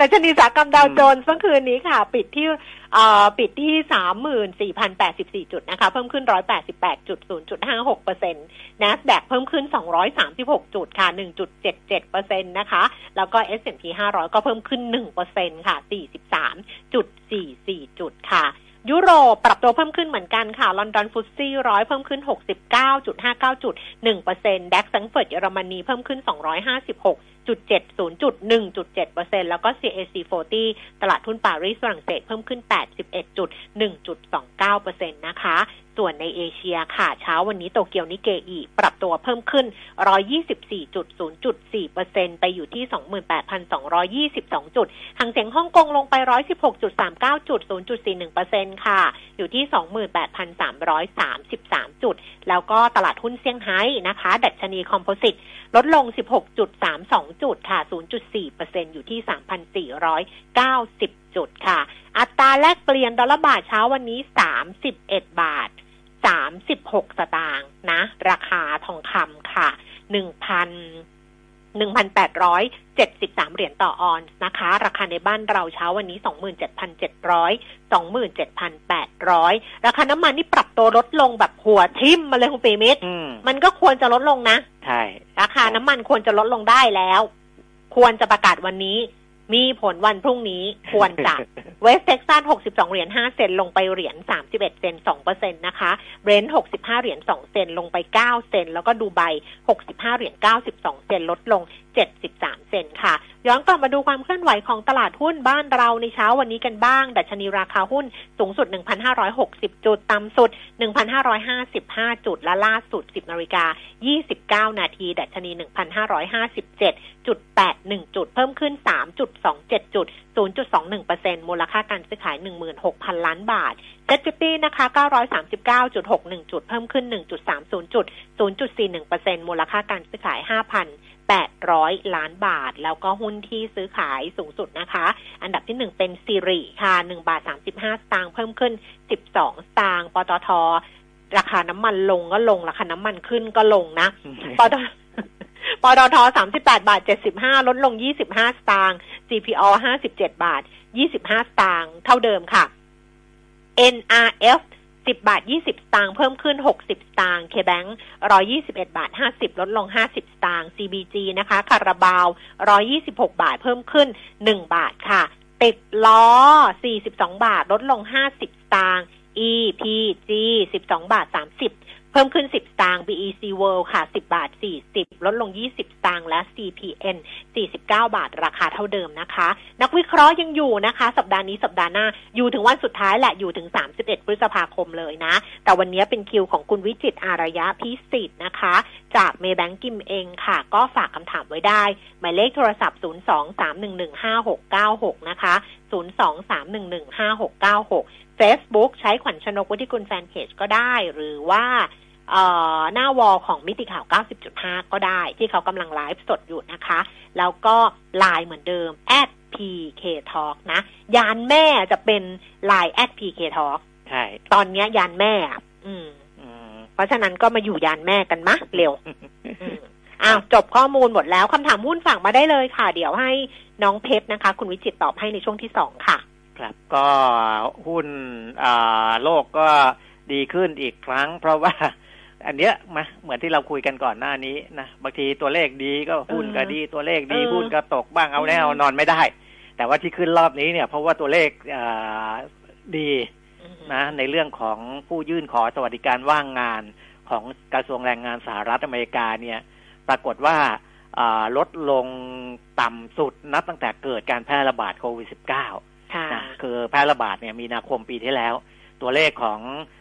ดัชนีอุตสาหกรรมดาวโจนส์เมื่อคืนนี้ค่ะปิดที่เอ่อปิดที่ สามหมื่นสี่พันแปดสิบสี่ จุดนะคะเพิ่มขึ้น หนึ่งร้อยแปดสิบแปดจุดศูนย์จุดห้าหกเปอร์เซ็นต์ NASDAQ เพิ่มขึ้นสองร้อยสามสิบหกจุดค่ะ หนึ่งจุดเจ็ดเจ็ดเปอร์เซ็นต์ นะคะแล้วก็ เอส แอนด์ พี ห้าร้อยก็เพิ่มขึ้น หนึ่งเปอร์เซ็นต์ ค่ะ สี่สิบสามจุดสี่สี่ จุดค่ะยุโรปปรับตัวเพิ่มขึ้นเหมือนกันค่ะลอนดอนฟุตซี่ร้อยเพิ่มขึ้น หกสิบเก้าจุดห้าเก้า จุด หนึ่งเปอร์เซ็นต์ ดัค แฟรงก์เฟิร์ตเยอรมนีเพิ่มขึ้นสองร้อยห้าสิบหกจุดเจ็ดศูนย์ จุด หนึ่งจุดเจ็ดเปอร์เซ็นต์ แล้วก็ ซี เอ ซี สี่สิบ ตลาดหุ้นปารีสฝรั่งเศสเพิ่มขึ้น แปดสิบเอ็ดจุดหนึ่ง จุดสองเก้าเปอร์เซ็นต์ นะคะส่วนในเอเชียค่ะเช้าวันนี้โตเกียวนิเกอิปรับตัวเพิ่มขึ้น หนึ่งร้อยยี่สิบสี่จุดศูนย์จุดสี่เปอร์เซ็นต์ ไปอยู่ที่ สองหมื่นแปดพันสองร้อยยี่สิบสอง จุดหังเส็งฮ่องกงลงไป หนึ่งร้อยสิบหกจุดสามเก้า จุด ศูนย์จุดสี่หนึ่งเปอร์เซ็นต์ ค่ะอยู่ที่ สองหมื่นแปดพันสามร้อยสามสิบสาม จุดแล้วก็ตลาดหุ้นเซี่ยงไฮ้นะคะดัชนีคอมโพสิตลดลง สิบหกจุดสามสอง จุดค่ะ ศูนย์จุดสี่เปอร์เซ็นต์ อยู่ที่ สามพันสี่ร้อยเก้าสิบ จุดค่ะอัตราแลกเปลี่ยนดอลลาร์บาทเช้าวันนี้สามสิบเอ็ดบาทสามสิบหกสตางค์นะราคาทองคำค่ะ หนึ่งพัน หนึ่งพันแปดร้อยเจ็ดสิบสาม เหรียญต่อออนซ์นะคะราคาในบ้านเราเช้าวันนี้ สองหมื่นเจ็ดพันเจ็ดร้อย สองหมื่นเจ็ดพันแปดร้อย ราคาน้ำมันนี่ปรับตัวลดลงแบบหัวทิ่มมาเลยคุณปีมิตรมันก็ควรจะลดลงนะใช่ราคาน้ำมันควรจะลดลงได้แล้วควรจะประกาศวันนี้มีผลวันพรุ่งนี้ควรจะเวสต์เท็กซัสหกสิบสองเหรียญห้าเซนต์ลงไปเหรียญสามสิบเอ็ดเซนต์ สองเปอร์เซ็นต์ นะคะเบรนท์หกสิบห้าเหรียญสองเซนต์ลงไปเก้าเซนต์แล้วก็ดูไบหกสิบห้าเหรียญเก้าสิบสองเซนต์ลดลงเจ็ดสิบสามเซนต์ค่ะย้อนกลับมาดูความเคลื่อนไหวของตลาดหุ้นบ้านเราในเช้าวันนี้กันบ้างดัชนีราคาหุ้นสูงสุด หนึ่งพันห้าร้อยหกสิบ จุดต่ำสุด หนึ่งพันห้าร้อยห้าสิบห้า จุดและล่าสุด สิบนาฬิกายี่สิบเก้านาทีดัชนี หนึ่งพันห้าร้อยห้าสิบเจ็ดจุดแปดหนึ่ง จุดเพิ่มขึ้น สามจุดสองเจ็ด จุด ศูนย์จุดสองหนึ่งเปอร์เซ็นต์ มูลค่าการซื้อขาย หนึ่งหมื่นหกพัน ล้านบาท เซ็ต ห้าสิบ นะคะ เก้าร้อยสามสิบเก้าจุดหกหนึ่ง จุดเพิ่มขึ้น หนึ่งจุดสามศูนย์ จุด ศูนย์จุดสี่หนึ่งเปอร์เซ็นต์ มูลค่าการซื้อขาย ห้าพันแปดร้อยล้านบาทแล้วก็หุ้นที่ซื้อขายสูงสุดนะคะอันดับที่หนึ่งเป็นสิริค่ะหนึ่งบาทสามสิบห้าสตางค์เพิ่มขึ้นสิบสองสตางค์ปตท.ราคาน้ำมันลงก็ลงราคาน้ำมันขึ้นก็ลงนะปตปตท. สามสิบแปดบาทเจ็ดสิบห้าลดลงยี่สิบห้าสตางค์ ซี พี โอ ห้าสิบเจ็ดบาทยี่สิบห้าสตางค์เท่าเดิมค่ะ เอ็น อาร์ เอฟสิบบาทยี่สิบสตางค์เพิ่มขึ้นหกสิบสตางค์ K-Bank หนึ่งร้อยยี่สิบเอ็ดบาทห้าสิบลดลงห้าสิบสตางค์ ซี บี จี นะคะคาราบาวหนึ่งร้อยยี่สิบหกบาทเพิ่มขึ้นหนึ่งบาทค่ะติดล้อสี่สิบสองบาทลดลงห้าสิบสตางค์ อี พี จี สิบสองบาทสามสิบเพิ่มขึ้นสิบสตางค์ บี อี ซี World ค่ะสิบบาทสี่สิบลดลงยี่สิบสตางค์และ ซี พี เอ็น สี่สิบเก้าบาทราคาเท่าเดิมนะคะนักวิเคราะห์ยังอยู่นะคะสัปดาห์นี้สัปดาห์หน้าอยู่ถึงวันสุดท้ายแหละอยู่ถึงสามสิบเอ็ดพฤษภาคมเลยนะแต่วันนี้เป็นคิวของคุณวิจิตรอารยะพิสิทธิ์นะคะจากเมย์แบงก์กิมเองค่ะก็ฝากคำถามไว้ได้หมายเลขโทรศัพท์ศูนย์ สอง สาม หนึ่ง หนึ่ง ห้า หก เก้า หกนะคะศูนย์ สอง สาม หนึ่ง หนึ่ง ห้า หก เก้า หก Facebook ใช้ขวัญชนกวุฒิกุลแฟนเพจก็ได้หรือว่าหน้าวอลของมิติข่าว เก้าสิบจุดห้า ก็ได้ที่เขากำลังไลฟ์สดอยู่นะคะแล้วก็ไลน์เหมือนเดิม แอท พี เค ทอล์ก นะยานแม่จะเป็นไลน์ แอท พี เค ทอล์กใช่ตอนนี้ยานแม่อืมเพราะฉะนั้นก็มาอยู่ยานแม่กันมะเร็วอ้าวจบข้อมูลหมดแล้วคำถามหุ้นฝากมาได้เลยค่ะเดี๋ยวให้น้องเพชรนะคะคุณวิจิตรตอบให้ในช่วงที่สองค่ะครับก็หุ้นโลกก็ดีขึ้นอีกครั้งเพราะว่าอันเนี้ยมาเหมือนที่เราคุยกันก่อนหน้านี้นะบางทีตัวเลขดีก็หุ้นก็ดีตัวเลขดีหุ้นก็ตกบ้างเอาแน่เอานอนไม่ได้แต่ว่าที่ขึ้นรอบนี้เนี่ยเพราะว่าตัวเลขดีนะในเรื่องของผู้ยื่นขอสวัสดิการว่างงานของกระทรวงแรงงานสหรัฐอเมริกาเนี่ยปรากฏว่าลดลงต่ำสุดนับตั้งแต่เกิดการแพร่ระบาดโควิด สิบเก้า นะคือแพร่ระบาดเนี่ยมีนาคมปีที่แล้วตัวเลขของ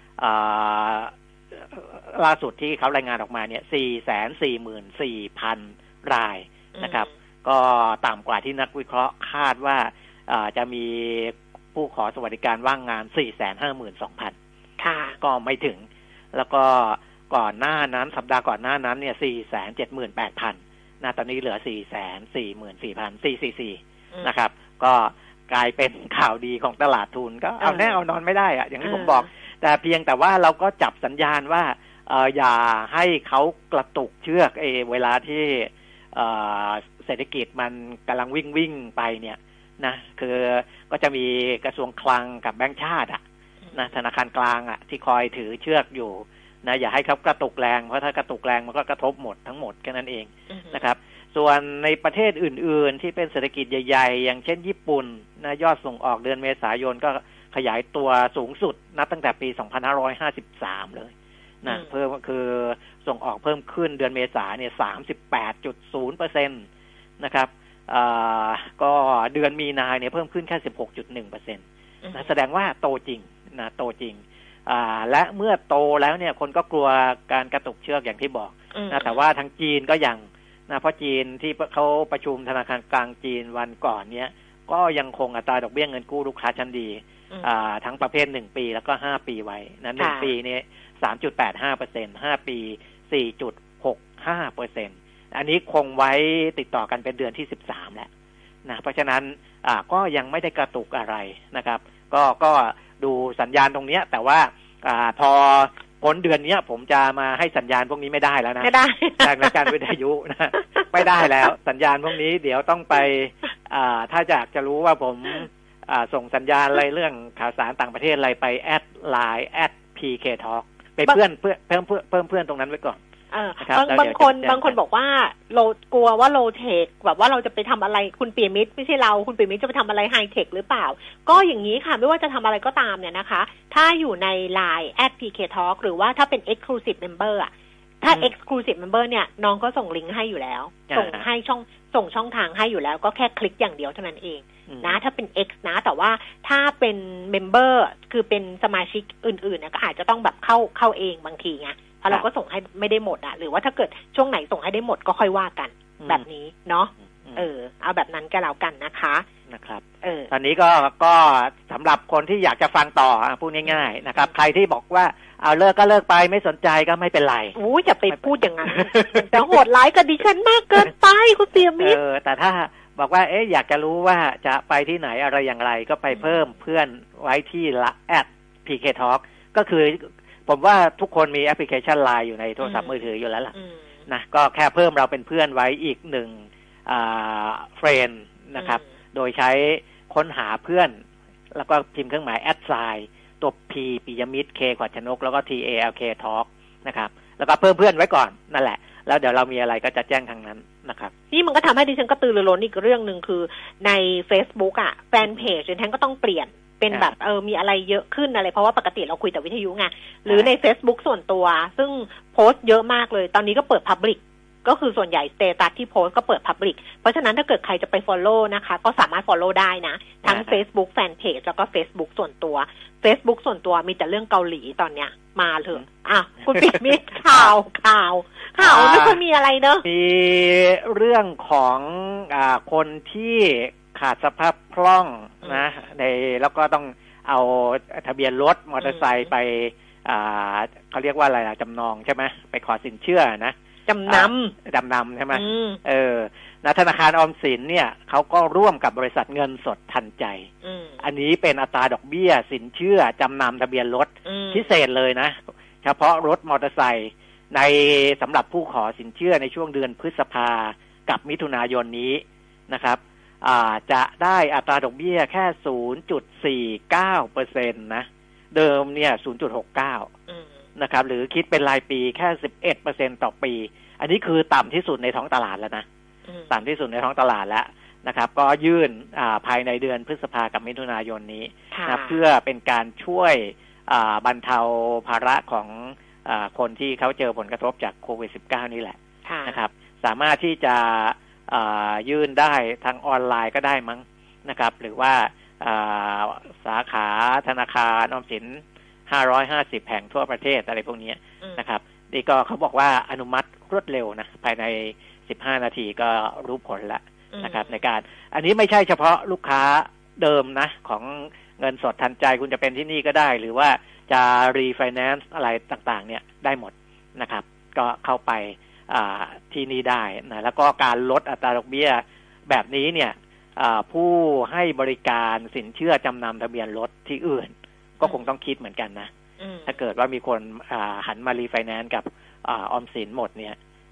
ล่าสุดที่เขารายงานออกมาเนี่ย สี่แสนสี่หมื่นสี่พัน รายนะครับก็ต่ำกว่าที่นักวิเคราะห์คาดว่าจะมีผู้ขอสวัสดิการว่างงาน สี่แสนห้าหมื่นสองพัน ค่ะก็ไม่ถึงแล้วก็ก่อนหน้านั้นสัปดาห์ก่อนหน้านั้นเนี่ย สี่แสนเจ็ดหมื่นแปดพัน นะตอนนี้เหลือ สี่แสนสี่หมื่นสี่พัน สี่ร้อยสี่สิบสี่ นะครับก็กลายเป็นข่าวดีของตลาดทุนก็เอาแน่เอานอนไม่ได้อะอย่างที่ผมบอกแต่เพียงแต่ว่าเราก็จับสัญญาณว่าเอออย่าให้เขากระตุกเชือกเอเวลาที่เออเศรษฐกิจมันกำลังวิ่งวิ่งไปเนี่ยนะคือก็จะมีกระทรวงคลังกับแบงก์ชาติอ่ะนะธนาคารกลางอ่ะที่คอยถือเชือกอยู่นะอย่าให้เขากระตุกแรงเพราะถ้ากระตุกแรงมันก็กระทบหมดทั้งหมดแค่นั้นเองนะครับส่วนในประเทศอื่นๆที่เป็นเศรษฐกิจใหญ่ๆอย่างเช่นญี่ปุ่นนะยอดส่งออกเดือนเมษายนก็ขยายตัวสูงสุดนับตั้งแต่ปีสองพันห้าร้อยห้าสิบสามเลยนะเพิ่มคือส่งออกเพิ่มขึ้นเดือนเมษาเนี่ย สามสิบแปดจุดศูนย์เปอร์เซ็นต์ นะครับอ่าก็เดือนมีนาเนี่ยเพิ่มขึ้นแค่ สิบหกจุดหนึ่งเปอร์เซ็นต์ นะแสดงว่าโตจริงนะโตจริงอ่าและเมื่อโตแล้วเนี่ยคนก็กลัวการกระตุกเชือกอย่างที่บอกนะแต่ว่าทางจีนก็ยังนะเพราะจีนที่เขาประชุมธนาคารกลางจีนวันก่อนเนี้ยก็ยังคงอัตราดอกเบี้ยเงินกู้ลูกค้าชั้นดีอ่าทั้งประเภทหนึ่งปีแล้วก็ห้าปีไว้นะหนึ่งปีนี่ สามจุดแปดห้าเปอร์เซ็นต์ ห้าปี สี่จุดหกห้าเปอร์เซ็นต์ อันนี้คงไว้ติดต่อกันเป็นเดือนที่สิบสามแล้วนะเพราะฉะนั้นอ่าก็ยังไม่ได้กระตุกอะไรนะครับก็ก็ดูสัญญาณตรงเนี้ยแต่ว่าอ่าพอพ้นเดือนนี้ผมจะมาให้สัญญาณพวกนี้ไม่ได้แล้วนะไม่ได้ทางรายการวิทยุนะไม่ได้แล้วสัญญาณพวกนี้เดี๋ยวต้องไปอ่าถ้าอยากจะรู้ว่าผมอ่าส่งสัญญาณอะไรเรื่องข่าวสารต่างประเทศอะไรไปแอดไลน์แอด พี เค Talk ไปเพื่อนเพื่อเพิ่มเพิ่มเพื่อนตรงนั้นไว้ก่อนเออบางบางคนบางคนบอกว่าโลกลัวว่าโลเทคแบบว่าเราจะไปทำอะไรคุณเปียมิตรไม่ใช่เราคุณเปียมิตรจะไปทำอะไรไฮเทคหรือเปล่าก็อย่างนี้ค่ะไม่ว่าจะทำอะไรก็ตามเนี่ยนะคะถ้าอยู่ใน ไลน์ แอท พี เค Talk หรือว่าถ้าเป็น Exclusive Member อ่ะถ้า Exclusive Member เนี่ยน้องก็ส่งลิงก์ให้อยู่แล้วส่งให้ช่องส่งช่องทางให้อยู่แล้วก็แค่คลิกอย่างเดียวเท่านั้นเองนะถ้าเป็น X นะแต่ว่าถ้าเป็น Member คือเป็นสมาชิกอื่นๆเนี่ยก็อาจจะต้องแบบเข้าเข้าเองบางทีไงเพราะเราก็ส่งให้ไม่ได้หมดอ่ะหรือว่าถ้าเกิดช่วงไหนส่งให้ได้หมดก็ค่อยว่ากันแบบนี้เนาะเออเอาแบบนั้นก็แล้วกันนะคะนะครับเออตอนนี้ก็ก็สำหรับคนที่อยากจะฟังต่อพูดง่ายๆนะครับใครที่บอกว่าเอาเลิกก็เลิกไปไม่สนใจก็ไม่เป็นไรอู้จะไปพูดอย่างนั้นแต่โหดร้ายกับดิฉันมากเกินไปคุณเปียมิตรเออแต่ถ้าบอกว่าเอ๊ะอยากจะรู้ว่าจะไปที่ไหนอะไรอย่างไรก็ไปเพิ่มเพื่อนไว้ที่ละแอด พี เค Talk ก็คือผมว่าทุกคนมีแอปพลิเคชัน ไลน์ อยู่ในโทรศัพท์มือถืออยู่แล้วล่ะนะก็แค่เพิ่มเราเป็นเพื่อนไว้อีกหนึ่งอ่าเฟรนด์นะครับโดยใช้ค้นหาเพื่อนแล้วก็พิมพ์เครื่องหมายแอดไซน์ตัว P ปิยมิตร K ขวัญชนกแล้วก็ ที เอ แอล เค Talk นะครับแล้วก็เพิ่มเพื่อนไว้ก่อนนั่นแหละแล้วเดี๋ยวเรามีอะไรก็จะแจ้งทางนั้นนะครับนี่มันก็ทำให้ดิฉันก็ตื่นร้อนอีกเรื่องนึงคือใน Facebook อ่ะแฟนเพจดิฉันก็ต้องเปลี่ยนเป็นแบบเออมีอะไรเยอะขึ้นอะไรเพราะว่าปกติเราคุยแต่วิทยุไงหรือใน Facebook ส่วนตัวซึ่งโพสต์เยอะมากเลยตอนนี้ก็เปิด Public ก็คือส่วนใหญ่สเตตัสที่โพสต์ก็เปิด Public เพราะฉะนั้นถ้าเกิดใครจะไป follow นะคะก็สามารถ follow ได้นะทั้ง Facebook Fanpage แล้วก็ Facebook ส่วนตัว Facebook ส่วนตัวมีแต่เรื่องเกาหลีตอนเนี้ยมาเถอะอ่ะคุณปิ๊กมีข่าวข่าวข่าวไม่ค่อยมีอะไรเนอะมีเรื่องของอ่าคนที่ขาดสภาพคล่องนะในแล้วก็ต้องเอาทะเบียนรถมอเตอร์ไซค์ไปอ่าเขาเรียกว่าอะไรนะจำนองใช่ไหมไปขอสินเชื่อนะจำนำจำนำใช่ไหมเออนะธนาคารออมสินเนี่ยเขาก็ร่วมกับบริษัทเงินสดทันใจอันนี้เป็นอัตราดอกเบี้ยสินเชื่อจำนำทะเบียนรถพิเศษเลยนะเฉพาะรถมอเตอร์ไซค์ในสำหรับผู้ขอสินเชื่อในช่วงเดือนพฤษภากับมิถุนายนนี้นะครับอ่าจะได้อัตราดอกเบี้ยแค่ ศูนย์จุดสี่เก้าเปอร์เซ็นต์ นะเดิมเนี่ย ศูนย์จุดหกเก้า นะครับหรือคิดเป็นรายปีแค่ สิบเอ็ดเปอร์เซ็นต์ ต่อปีอันนี้คือต่ำที่สุดในท้องตลาดแล้วนะต่ำที่สุดในท้องตลาดแล้วนะครับก็ยื่นอ่าภายในเดือนพฤษภากับมิถุนายนนี้นะเพื่อเป็นการช่วยอ่าบรรเทาภาระของอ่าคนที่เขาเจอผลกระทบจากโควิด สิบเก้า นี่แหละนะครับสามารถที่จะยื่นได้ทางออนไลน์ก็ได้มั้งนะครับหรือว่าสาขาธนาคารออมสินห้าร้อยห้าสิบแห่งทั่วประเทศอะไรพวกนี้นะครับนี่ก็เขาบอกว่าอนุมัติรวดเร็วนะภายในสิบห้านาทีก็รู้ผลแล้วนะครับในการอันนี้ไม่ใช่เฉพาะลูกค้าเดิมนะของเงินสดทันใจคุณจะเป็นที่นี่ก็ได้หรือว่าจะรีไฟแนนซ์อะไรต่างๆเนี่ยได้หมดนะครับก็เข้าไปที่นี่ได้นะแล้วก็การลดอัตราดอกเบี้ยแบบนี้เนี่ยผู้ให้บริการสินเชื่อจำนำทะเบียนรถที่อื่นก็คงต้องคิดเหมือนกันนะถ้าเกิดว่ามีคนหันมารีไฟแนนซ์กับออมสินหมดเนี่ย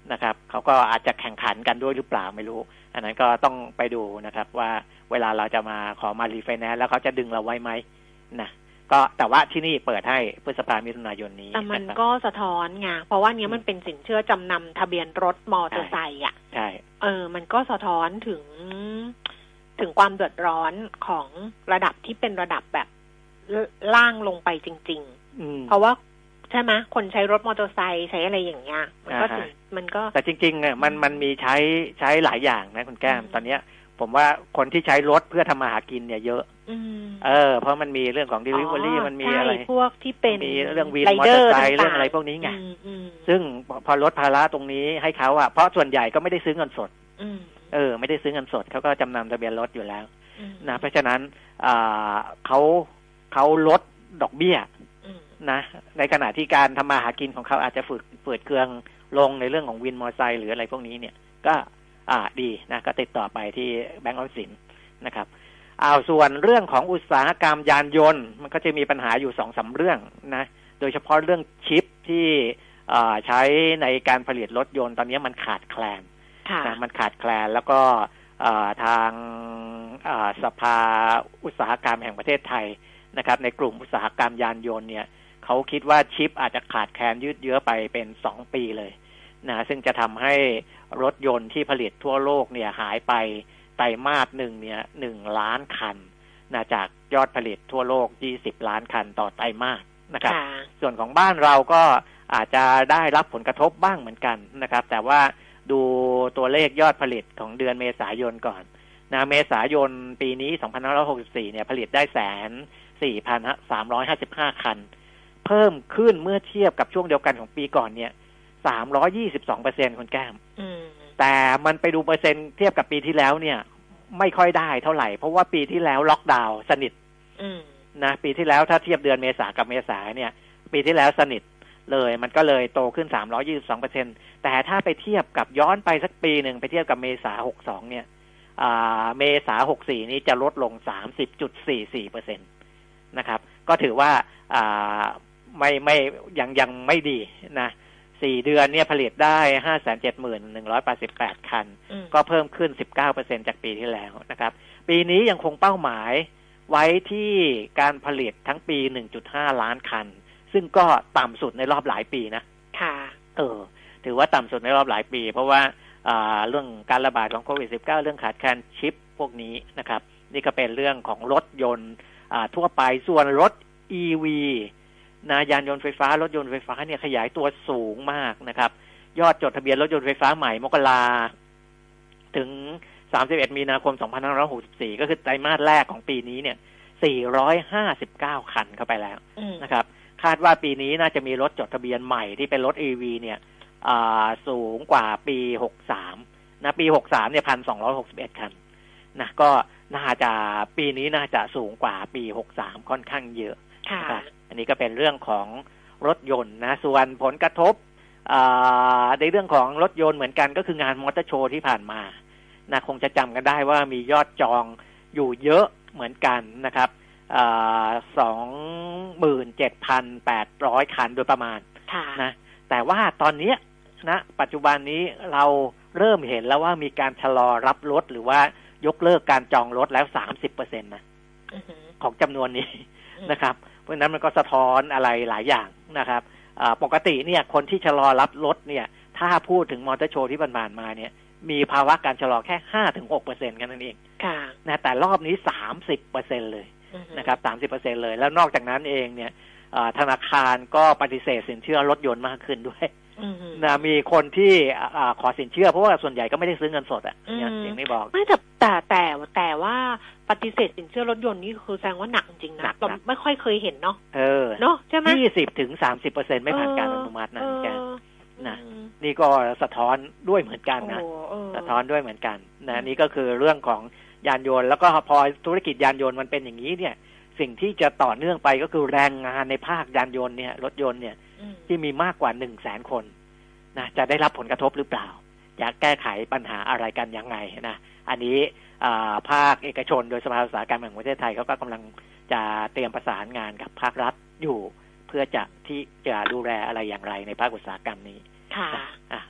นะครับเขาก็อาจจะแข่งขันกันด้วยหรือเปล่าไม่รู้อันนั้นก็ต้องไปดูนะครับว่าเวลาเราจะมาขอมารีไฟแนนซ์แล้วเขาจะดึงเราไว้ไหมนะก็แต่ว่าที่นี่เปิดให้พฤษภาคมมิถุนายนนี้แต่มันก็สะท้อนไงเพราะว่านี้มันเป็นสินเชื่อจำนำทะเบียนรถมอเตอร์ไซค์อ่ะใช่เออมันก็สะท้อนถึงถึงความเดือดร้อนของระดับที่เป็นระดับแบบล่างลงไปจริงๆเพราะว่าใช่ไหมคนใช้รถมอเตอร์ไซค์ใช้อะไรอย่างเงี้ยมันก็ถึงมันก็แต่จริงๆอ่ะมันมันมีใช้ใช้หลายอย่างนะคุณแก้มตอนเนี้ยผมว่าคนที่ใช้รถเพื่อทำมาหากินเนี่ยเยอะเออเพราะมันมีเรื่องของ delivery มันมีอะไรพวกที่เป็นมีเรื่องวินมอเตอร์ไซค์เรื่องอะไรพวกนี้ไงซึ่งพอลดภาระตรงนี้ให้เขาอ่ะเพราะส่วนใหญ่ก็ไม่ได้ซื้อเงินสดเออไม่ได้ซื้อเงินสดเขาก็จำนำทะเบียนรถอยู่แล้วนะเพราะฉะนั้นอ่าเขาเขาลดดอกเบี้ยนะในขณะที่การทำมาหากินของเขาอาจจะฝืดฝืดเคืองลงในเรื่องของวินมอเตอร์ไซค์หรืออะไรพวกนี้เนี่ยก็อ่าดีนะก็ติดต่อไปที่แบงก์ออมสินนะครับเอาส่วนเรื่องของอุตสาหกรรมยานยนต์มันก็จะมีปัญหาอยู่ สองสาม เรื่องนะโดยเฉพาะเรื่องชิปที่ใช้ในการผลิตรถยนต์ตอนนี้มันขาดแคลนนะมันขาดแคลนแล้วก็ทางสภาอุตสาหกรรมแห่งประเทศไทยนะครับในกลุ่มอุตสาหกรรมยานยนต์เนี่ยเขาคิดว่าชิปอาจจะขาดแคลนยืดเยื้อไปเป็นสองปีเลยนะซึ่งจะทำให้รถยนต์ที่ผลิตทั่วโลกเนี่ยหายไปไตรมาสหนึ่งเนี่ยหนึ่งล้านคันนะจากยอดผลิตทั่วโลกยี่สิบล้านคันต่อไตรมาสนะครับส่วนของบ้านเราก็อาจจะได้รับผลกระทบบ้างเหมือนกันนะครับแต่ว่าดูตัวเลขยอดผลิตของเดือนเมษายนก่อนนะเมษายนปีนี้สองพันห้าร้อยหกสิบสี่เนี่ยผลิตได้แสนสี่พันสามร้อยห้าสิบห้าคันเพิ่มขึ้นเมื่อเทียบกับช่วงเดียวกันของปีก่อนเนี่ยสามร้อยยี่สิบสองเปอร์เซ็นต์คุณแก้มแต่มันไปดูเปอร์เซ็นต์เทียบกับปีที่แล้วเนี่ยไม่ค่อยได้เท่าไหร่เพราะว่าปีที่แล้วล็อกดาวน์สนิทนะปีที่แล้วถ้าเทียบเดือนเมษากับเมษาเนี่ยปีที่แล้วสนิทเลยมันก็เลยโตขึ้นสามร้อยยี่สิบสองเปอร์เซ็นต์แต่ถ้าไปเทียบกับย้อนไปสักปีหนึ่งไปเทียบกับเมษาหกสิบสองเนี่ยเมษาหกสิบสี่นี้จะลดลง สามสิบจุดสี่สี่เปอร์เซ็นต์ นะครับก็ถือว่าไม่ไม่ยังยังไม่ดีนะสี่เดือนเนี่ยผลิตได้ ห้าแสนเจ็ดหมื่นหนึ่งร้อยแปดสิบแปด คันก็เพิ่มขึ้น สิบเก้าเปอร์เซ็นต์ จากปีที่แล้วนะครับปีนี้ยังคงเป้าหมายไว้ที่การผลิตทั้งปี หนึ่งจุดห้า ล้านคันซึ่งก็ต่ำสุดในรอบหลายปีนะค่ะเออถือว่าต่ำสุดในรอบหลายปีเพราะว่าเรื่องการระบาดของโควิด สิบเก้า เรื่องขาดแคลนชิปพวกนี้นะครับนี่ก็เป็นเรื่องของรถยนต์ทั่วไปส่วนรถ อี วี นะยานยนต์ไฟฟ้ารถยนต์ไฟฟ้าเนี่ยขยายตัวสูงมากนะครับยอดจดทะเบียนรถยนต์ไฟฟ้าใหม่มกราถึงสามสิบเอ็ดมีนาคมสองพันห้าร้อยหกสิบสี่ก็คือไตรมาสแรกของปีนี้เนี่ยสี่ร้อยห้าสิบเก้าคันเข้าไปแล้วนะครับคาดว่าปีนี้น่าจะมีรถจดทะเบียนใหม่ที่เป็นรถ อี วี เนี่ยสูงกว่าปีหกสิบสามนะปีหกสิบสามเนี่ย หนึ่งพันสองร้อยหกสิบเอ็ด คันนะก็น่าจะปีนี้น่าจะสูงกว่าปีหกสิบสามค่อนข้างเยอะค่ะอันนี้ก็เป็นเรื่องของรถยนต์นะส่วนผลกระทบในเรื่องของรถยนต์เหมือนกันก็คืองานมอเตอร์โชว์ที่ผ่านมานะคงจะจำกันได้ว่ามียอดจองอยู่เยอะเหมือนกันนะครับสองหมื่นเจ็ดพันแปดร้อยคันโดยประมาณนะแต่ว่าตอนนี้นะปัจจุบันนี้เราเริ่มเห็นแล้วว่ามีการชะลอรับรถหรือว่ายกเลิกการจองรถแล้ว สามสิบเปอร์เซ็นต์ นะ uh-huh. ของจำนวนนี้ uh-huh. นะครับเพราะนั้นมันก็สะท้อนอะไรหลายอย่างนะครับปกติเนี่ยคนที่ชะลอรับรถเนี่ยถ้าพูดถึงมอเตอร์โชว์ที่ผ่านมาเนี่ยมีภาวะการชะลอแค่ ห้าถึงหกเปอร์เซ็นต์ กันนั่นเองนะแต่รอบนี้ สามสิบเปอร์เซ็นต์ เลย uh-huh. นะครับ สามสิบเปอร์เซ็นต์ เลยแล้วนอกจากนั้นเองเนี่ยธนาคารก็ปฏิเสธสินเชื่อรถยนต์มากขึ้นด้วยนะมีคนที่ขอสินเชื่อเพราะว่าส่วนใหญ่ก็ไม่ได้ซื้อเงินสดอ่ะอย่างที่บอกไม่แต่แต่แต่แต่ว่าปฏิเสธสินเชื่อรถยนต์นี่คือแสดงว่าหนักจริงนะเราไม่ค่อยเคยเห็นเนาะเออเนาะใช่ไหมยี่สิบถึงสามสิบเปอร์เซ็นต์ไม่ผ่านการอนุมัตินะแกนะนี่ก็สะท้อนด้วยเหมือนกันนะสะท้อนด้วยเหมือนกันนะนี่ก็คือเรื่องของยานยนต์แล้วก็พอธุรกิจยานยนต์มันเป็นอย่างนี้เนี่ยสิ่งที่จะต่อเนื่องไปก็คือแรงงานในภาคยานยนต์เนี่ยรถยนต์เนี่ยที่มีมากกว่า หนึ่งแสน คนนะจะได้รับผลกระทบหรือเปล่าจะแก้ไขปัญหาอะไรกันยังไงนะอันนี้ภาคเอกชนโดยสภาอุตสาหกรรมแห่งประเทศไทยเขาก็กำลังจะเตรียมประสานงานกับภาครัฐอยู่เพื่อจะที่จะดูแลอะไรอย่างไรในภาคอุตสาหกรรมนี้ค่ะอ่ะ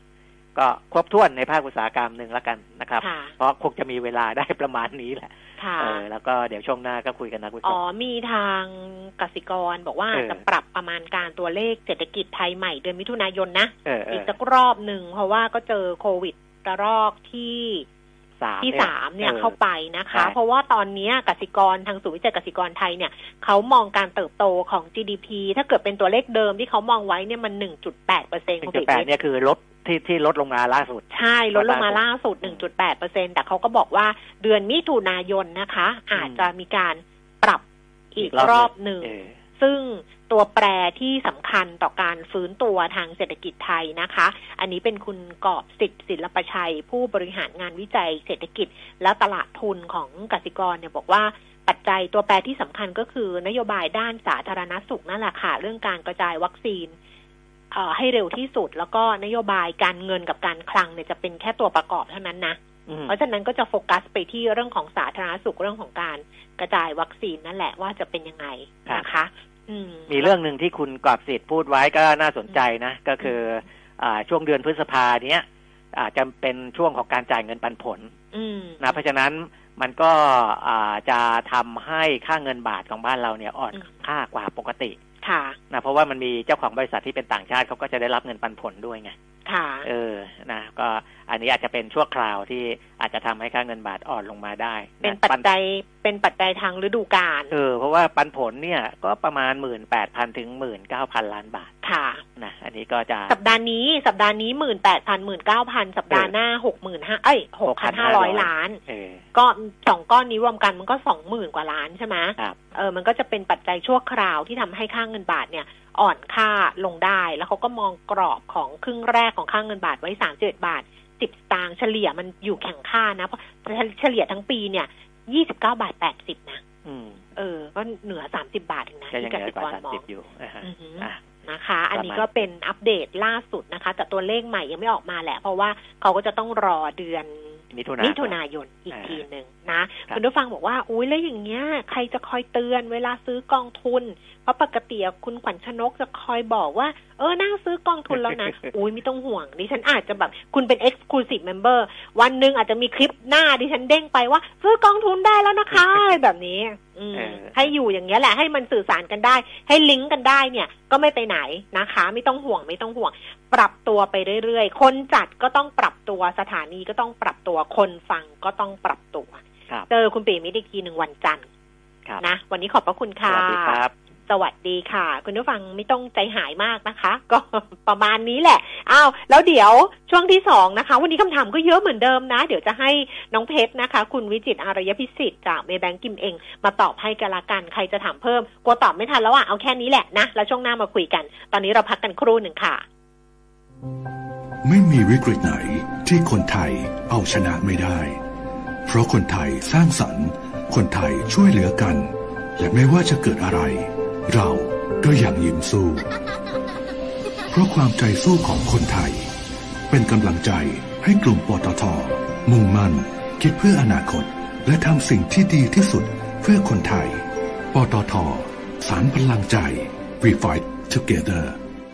ก็ครบถ้วนในภาคอุตสาหกรรมหนึ่งแล้วกันนะครับเพราะคงจะมีเวลาได้ประมาณนี้แหละเออแล้วก็เดี๋ยวช่วงหน้าก็คุยกันนะคุณอ๋อมีทางกสิกรบอกว่าจะปรับประมาณการตัวเลขเศรษฐกิจไทยใหม่เดือนมิถุนายนนะ อ, อีกสักรอบหนึ่งเพราะว่าก็เจอโควิดระลอกที่ที่สามเนี่ยเข้าไปนะคะเพราะว่าตอนนี้กสิกรทางศูนย์วิจัยกสิกรไทยเนี่ยเขามองการเติบโตของ จี ดี พี ถ้าเกิดเป็นตัวเลขเดิมที่เขามองไว้เนี่ยมัน หนึ่งจุดแปดเปอร์เซ็นต์ ของหนึ่งจุดแปด เนี่ยคือลดที่ที่ลดลงมาล่าสุดใช่ลดลงมาล่าสุด หนึ่งจุดแปดเปอร์เซ็นต์ แต่เขาก็บอกว่าเดือนมิถุนายนนะคะอาจจะมีการปรับอีกรอบหนึ่งซึ่งตัวแปรที่สำคัญต่อการฟื้นตัวทางเศรษฐกิจไทยนะคะอันนี้เป็นคุณกอบสิทธิ์ศิลปชัยผู้บริหารงานวิจัยเศรษฐกิจและตลาดทุนของกสิกรเนี่ยบอกว่าปัจจัยตัวแปรที่สำคัญก็คือนโยบายด้านสาธารณสุขนั่นแหละค่ะเรื่องการกระจายวัคซีนให้เร็วที่สุดแล้วก็นโยบายการเงินกับการคลังเนี่ยจะเป็นแค่ตัวประกอบเท่านั้นนะเพราะฉะนั้นก็จะโฟกัสไปที่เรื่องของสาธารณสุขเรื่องของการกระจายวัคซีนนั่นแหละว่าจะเป็นยังไงนะคะมีเรื่องหนึ่งที่คุณกอบสิทธิ์พูดไว้ก็น่าสนใจนะก็คืออ่าช่วงเดือนพฤษภาเนี้ยอาจจะเป็นช่วงของการจ่ายเงินปันผลนะเพราะฉะนั้นมันก็อ่าจะทำให้ค่าเงินบาทของบ้านเราเนี่ยอ่อนค่ากว่าปกติค่ะนะเพราะว่ามันมีเจ้าของบริษัทที่เป็นต่างชาติเขาก็จะได้รับเงินปันผลด้วยไงค่ะเออนะก็อันนี้อาจจะเป็นชั่วคราวที่อาจจะทำให้ค่าเงินบาทอ่อนลงมาได้เป็นปัจจัยเป็นปัจจัยทางฤดูกาลเออเพราะว่าปันผลเนี่ยก็ประมาณ หนึ่งหมื่นแปดพัน ถึง หนึ่งหมื่นเก้าพัน ล้านบาทค่ะนะอันนี้ก็จะสัปดาห์นี้สัปดาห์นี้ หนึ่งหมื่นแปดพัน หนึ่งหมื่นเก้าพัน สัปดาห์หน้า หกหมื่นห้าพัน เอ้ย หกพันห้าร้อย ล้านเออก็สองก้อนนี้รวมกันมันก็ สองหมื่น กว่าล้านใช่มั้ยครับเออมันก็จะเป็นปัจจัยชั่วคราวที่ทำให้ค่าเงินบาทเนี่ยอ่อนค่าลงได้แล้วเขาก็มองกรอบของครึ่งแรกของค่าเงินบาทไว้สามสิบเอ็ดบาทสิบสตางค์เฉลี่ยมันอยู่แข่งค่านะเพราะเฉลี่ยทั้งปีเนี่ยยี่สิบเก้าบาทแปดสิบนะอืมเออก็เหนือสามสิบบาทเองนะที่กสิกรมองอยู่นะคะอันนี้ก็เป็นอัปเดตล่าสุดนะคะแต่ตัวเลขใหม่ยังไม่ออกมาแหละเพราะว่าเขาก็จะต้องรอเดือนมิถุนายนอีกทีหนึ่งนะคุณผู้ฟังบอกว่าอุ้ยแล้วอย่างเงี้ยใครจะคอยเตือนเวลาซื้อกองทุนเพราะปกติคุณขวัญชนกจะคอยบอกว่าเออน่าซื้อกองทุนแล้วนะ อุ้ยไม่ต้องห่วงดิฉันอาจจะแบบคุณเป็น exclusive member วันนึงอาจจะมีคลิปหน้าดิฉันเด้งไปว่าซื้อกองทุนได้แล้วนะคะแบบนี้ให้อยู่อย่างเงี้ยแหละให้มันสื่อสารกันได้ให้ลิงก์กันได้เนี่ยก็ไม่ไปไหนนะคะไม่ต้องห่วงไม่ต้องห่วงปรับตัวไปเรื่อยๆคนจัดก็ต้องปรับตัวสถานีก็ต้องปรับตัวคนฟังก็ต้องปรับตัวเจอคุณปีมิตรอีกทีหนึ่งวันจันทร์นะวันนี้ขอบพระคุณค่ะสวัสดีครับสวัสดีค่ะคุณผู้ฟังไม่ต้องใจหายมากนะคะก็ประมาณนี้แหละอ้าวแล้วเดี๋ยวช่วงที่สองนะคะวันนี้คำถามก็เยอะเหมือนเดิมนะเดี๋ยวจะให้น้องเพชรนะคะคุณวิจิตรอารยพิสิทธิ์จากเมย์แบงก์กิมเองมาตอบให้กันละกันใครจะถามเพิ่มกลัวตอบไม่ทันแล้วอ่ะเอาแค่นี้แหละนะแล้วช่วงหน้ามาคุยกันตอนนี้เราพักกันครู่หนึ่งค่ะไม่มีวิกฤตไหนที่คนไทยเอาชนะไม่ได้เพราะคนไทยสร้างสรรค์คนไทยช่วยเหลือกันและไม่ว่าจะเกิดอะไรเราก็ยังยิ้มสู้เพราะความใจสู้ของคนไทยเป็นกำลังใจให้กลุ่มปตท.มุ่งมั่นคิดเพื่ออนาคตและทำสิ่งที่ดีที่สุดเพื่อคนไทยปตท.สานพลังใจ We Fight Together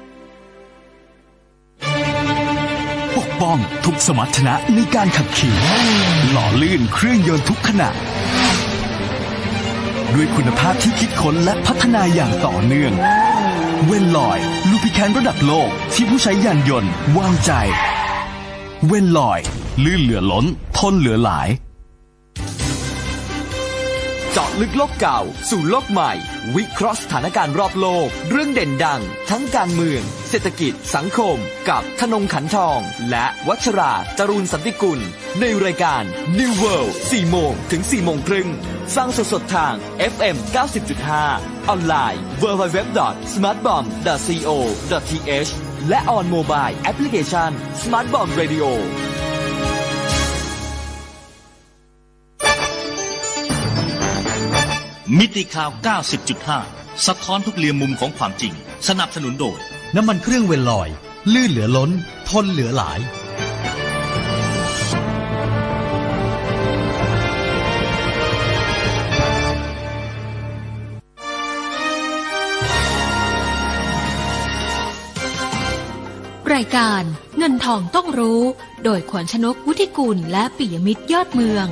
ปกป้องทุกสมรรถนะในการขับขี่หล่อลื่นเครื่องยนต์ทุกขณะด้วยคุณภาพที่คิดค้นและพัฒนาอย่างต่อเนื่องเวนลอยลูพิแคนระดับโลกที่ผู้ใช้ยานยนต์วางใจเวนลอยลื่นเหลือล้นทนเหลือหลายเจาะลึกโลกเก่าสู่โลกใหม่วิเคราะห์สถานการณ์รอบโลกเรื่องเด่นดังทั้งการเมืองเศรษฐกิจสังคมกับธนงขันทองและวัชราจรูนสันติกุลในรายการ New World สี่โมงถึงสี่โมงครึ่งฟังสดๆทาง เอฟ เอ็ม เก้าสิบจุดห้า ออนไลน์ ดับเบิลยู ดับเบิลยู ดับเบิลยู ดอท สมาร์ทบอม ดอท ซี โอ ดอท ที เอช และ on mobile application Smart Bomb Radio มิติข่าว เก้าสิบจุดห้า สะท้อนทุกเหลี่ยมมุมของความจริงสนับสนุนโดยน้ำมันเครื่องเวนลอยลื่นเหลือล้นทนเหลือหลายรรายการเงินทองต้องรู้โดยขวัญชนกวุฒิกุลและปิยมิตรยอดเมือง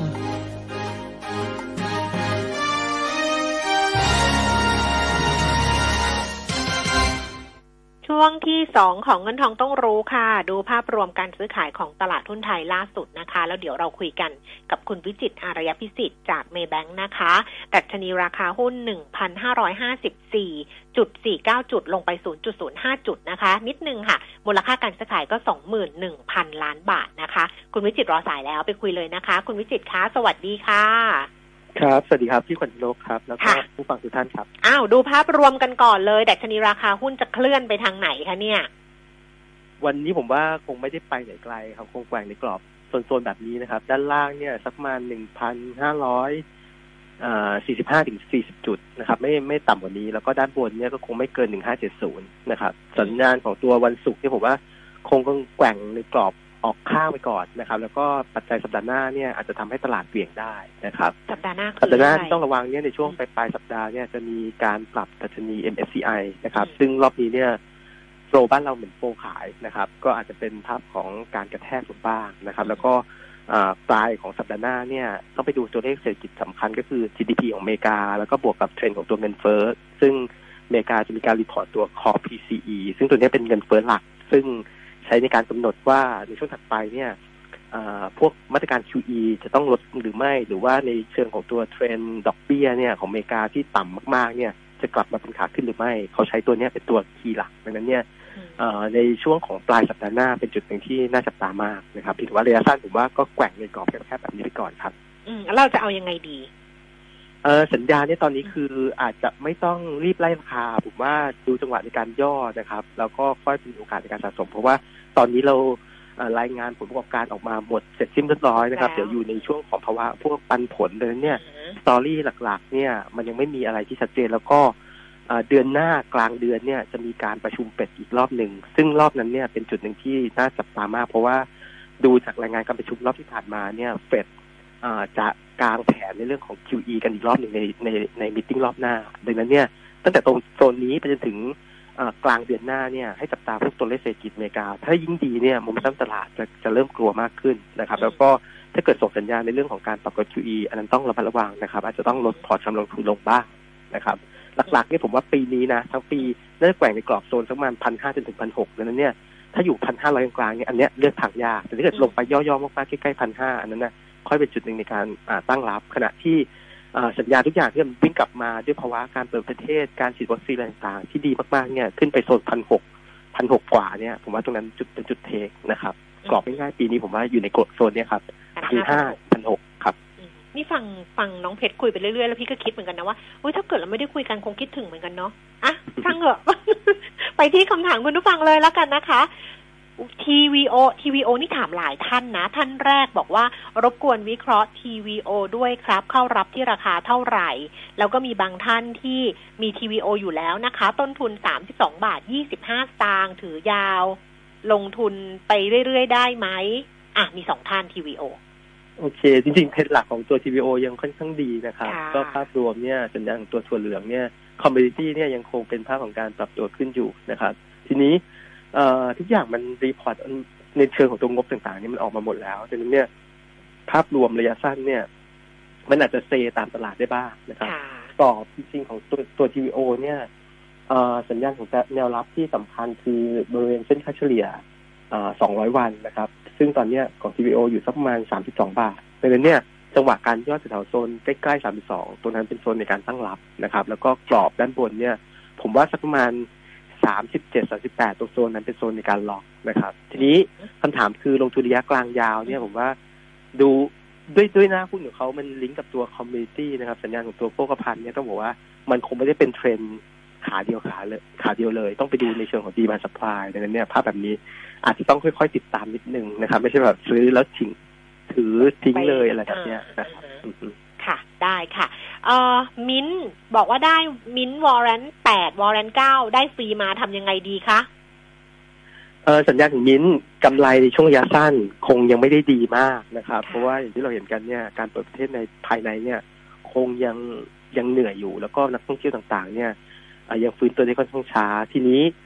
ช่วงที่สองของเงินทองต้องรู้ค่ะดูภาพรวมการซื้อขายของตลาดหุ้นไทยล่าสุดนะคะแล้วเดี๋ยวเราคุยกันกับคุณวิจิตรอารยพิสิทธิ์จากเมย์แบงค์นะคะดัชนีราคาหุ้น หนึ่งพันห้าร้อยห้าสิบสี่จุดสี่เก้า จุดลงไป ศูนย์จุดศูนย์ห้า จุดนะคะนิดนึงค่ะมูลค่าการซื้อขายก็ สองหมื่นหนึ่งพัน ล้านบาทนะคะคุณวิจิตรรอสายแล้วไปคุยเลยนะคะคุณวิจิตรคะสวัสดีค่ะครับสวัสดีครับพี่ขวัญชนกครับแล้วก็ผู้ฟังทุกท่านครับอ้าวดูภาพรวมกันก่อนเลยดัชนีราคาหุ้นจะเคลื่อนไปทางไหนคะเนี่ยวันนี้ผมว่าคงไม่ได้ไปไหนไกลครับคงแกว่งในกรอบโซนๆแบบนี้นะครับด้านล่างเนี่ยสักประมาณ หนึ่งพันห้าร้อยสี่สิบห้าถึงสี่สิบ จุดนะครับไม่ไม่ต่ำกว่านี้แล้วก็ด้านบนเนี่ยก็คงไม่เกินหนึ่งพันห้าร้อยเจ็ดสิบนะครับสัญญาณของตัววันศุกร์ที่ผมว่าคงต้องแกว่งในกรอบออกข้างไปก่อนนะครับแล้วก็ปัจจัยสัปดาห์หน้าเนี่ยอาจจะทำให้ตลาดเบี่ยงได้นะครับสัปดาห์หน้าสัปดาห์หน้าที่ต้องระวังเนี่ยในช่วงปลายสัปดาห์เนี่ยจะมีการปรับดัชนี เอ็ม เอส ซี ไอ นะครับซึ่งรอบนี้เนี่ยโฟลบ้านเราเหมือนโฟลขายนะครับก็อาจจะเป็นภาพของการกระแทกลงบ้างนะครับแล้วก็ปลายของสัปดาห์หน้าเนี่ยต้องไปดูตัวเลขเศรษฐกิจสำคัญก็คือ จี ดี พี ของอเมริกาแล้วก็บวกกับเทรนด์ของตัวเงินเฟ้อซึ่งอเมริกาจะมีการรีพอร์ตตัว Core พี ซี อี ซึ่งตัวนี้เป็นเงินเฟ้อหลักซึ่งใช้ในการกำหนดว่าในช่วงถัดไปเนี่ยพวกมาตรการ คิว อี จะต้องลดหรือไม่หรือว่าในเชิงของตัวเทรนด์ดอกเบี้ยเนี่ยของอเมริกาที่ต่ำมากๆเนี่ยจะกลับมาเป็นขาขึ้นหรือไม่เขาใช้ตัวนี้เป็นตัวคีย์หลักดังนั้นเนี่ยในช่วงของปลายสัปดาห์หน้าเป็นจุดหนึ่งที่น่าจับตามากนะครับถือว่าระยะสั้นผมว่าก็แกว่งในกรอบแคบๆแบบนี้ไปก่อนครับอืมเราจะเอายังไงดีเออสัญญาเนี่ยตอนนี้คืออาจจะไม่ต้องรีบไล่ราคาผมว่าดูจังหวะในการย่อนะครับแล้วก็ค่อยมีโอกาสในการสะสมเพราะว่าตอนนี้เรารายงานผลประกอบการออกมาหมดเสร็จสิ้นเรียบร้อยนะครับเดี๋ยวอยู่ในช่วงของภาวะพวกปันผลเลยเนี่ยสตอรี่หลักๆเนี่ยมันยังไม่มีอะไรที่ชัดเจนแล้วก็เดือนหน้ากลางเดือนเนี่ยจะมีการประชุมเป็ดอีกรอบหนึ่งซึ่งรอบนั้นเนี่ยเป็นจุดหนึ่งที่น่าจับตามากเพราะว่าดูจากรายงานการประชุมรอบที่ผ่านมาเนี่ยเฟดจะกางแผนในเรื่องของ คิว อี กันอีกรอบหนึ่งในในในมีตติ้งรอบหน้าดังนั้นเนี่ยตั้งแต่ตรงโซนนี้ไปจนถึงกลางเดือนหน้าเนี่ยให้จับตาพวกตัวเลขเศรษฐกิจอเมริกาถ้ายิ่งดีเนี่ยโมเมนตัมตลาดจะจะเริ่มกลัวมากขึ้นนะครับแล้วก็ถ้าเกิดส่งสัญญาณในเรื่องของการปรับกด คิว อี อันนั้นต้องระมัดระวังนะครับอาจจะต้องลดพอร์ตการลงทุนลงบ้างนะครับหลักๆเนี่ยผมว่าปีนี้นะทั้งปีน่าจะแกว่งในกรอบโซนสักประมาณ หนึ่งพันห้าร้อย จนถึง หนึ่งพันหกร้อย ดังนั้นเนี่ยถ้าอยู่ หนึ่งพันห้าร้อย กลางๆเนี่ยอันเนี้ยเลือกทางยากแต่ถ้าเกิดลงไปย่อๆมากๆใกล้ๆ หนึ่งพันห้าร้อย อันนั้นนะค่อยเป็นจุดหนึ่งในการตั้งรับขณะที่สัญญาทุกอย่างที่มันวิ่งกลับมาด้วยภาวะการเปิดประเทศการฉีดวัคซีนต่างๆที่ดีมากๆเนี่ยขึ้นไปโซน หนึ่งพันหกร้อย หนึ่งพันหกร้อย กว่าเนี่ยผมว่าตรงนั้นจุดเป็นจุดเทคนะครับกรอบง่ายๆปีนี้ผมว่าอยู่ในกรอบโซนเนี่ยครับ หนึ่งพันห้าร้อย หนึ่งพันหกร้อย ครับนี่ฟังฟังน้องเพชรคุยไปเรื่อยๆแล้วพี่ก็คิดเหมือนกันนะว่าอุ้ยถ้าเกิดเราไม่ได้คุยกันคงคิดถึงเหมือนกันเนาะอ่ะช่างเถอะ ไปที่คำถามคุณผู้ฟังเลยแล้วกันนะคะ ที วี โอ ที วี โอ นี่ถามหลายท่านนะท่านแรกบอกว่ารบกวนวิเคราะห์ ที วี โอ ด้วยครับเข้ารับที่ราคาเท่าไหร่แล้วก็มีบางท่านที่มี ที วี โอ อยู่แล้วนะคะต้นทุนสามสิบสองบาทยี่สิบห้าสตางค์ถือยาวลงทุนไปเรื่อยๆได้ไหมอ่ะมีสองท่าน ที วี โอโอเคจริงๆเพจหลักของตัว ที วี โอ ยังค่อนข้างดีนะครับก็ภาพรวมเนี่ยสัญญาณของตัวถั่วเหลืองเนี่ยคอมมูนิตี้เนี่ยยังคงเป็นภาพของการปรับตัวขึ้นอยู่นะครับทีนี้ทุกอย่างมันรีพอร์ตในเชิงของตัวงบต่างๆนี่มันออกมาหมดแล้วดังนั้นเนี่ยภาพรวมระยะสั้นเนี่ยมันอาจจะเซตามตลาดได้บ้างนะครับต่อจริงๆของตัวตัว ที วี โอ เนี่ยสัญญาณของแนวรับที่สำคัญคือบริเวณเส้นค่าเฉลี่ยสองร้อยวันนะครับซึ่งตอนนี้ของ ที วี โอ อยู่สักประมาณสามสิบสองบาทดังนั้นเนี่ยจังหวะการย่อแถวโซนใกล้ๆสามสิบสองตัวนั้นเป็นโซนในการตั้งรับนะครับแล้วก็กรอบด้านบนเนี่ยผมว่าสักประมาณสามสิบเจ็ด สามสิบแปดตัวโซนนั้นเป็นโซนในการล็อกนะครับทีนี้คำถามคือลงทุนระยะกลางยาวเนี่ยผมว่าดูด้วยด้วยหน้าหุ้นของเขามันลิงก์กับตัวคอมมูนิตี้นะครับสัญญาณของตัวโภคภัณฑ์เนี่ยต้องบอกว่ามันคงไม่ได้เป็นเทรนด์ขาเดียวขาเลยขาเดียวเลยต้องไปดูในเชิงของดีมานด์ซัพพลายดังนั้นเนี่ยภาพแบบนี้อาจจะต้องค่อยๆติดตามนิดนึงนะครับไม่ใช่แบบซื้อแล้วทิ้งถือทิ้งเลยอะไรแบบนี้นะครับค่ะได้ค่ะเอ่อมิ้นบอกว่าได้มิ้นวอร์เรนต์แปดวอร์เรนต์เก้าได้ฟรีมาทำยังไงดีคะเออสัญญาณของมิ้นกำไรในช่วงระยะสั้นคงยังไม่ได้ดีมากนะครับเพราะว่าอย่างที่เราเห็นกันเนี่ยการเปิดประเทศในภายในเนี่ยคงยังยังเหนื่อยอยู่แล้วก็นักท่องเที่ยวต่างๆเนี่ยยังฟื้นตัวได้ค่อนข้างช้าทีนี้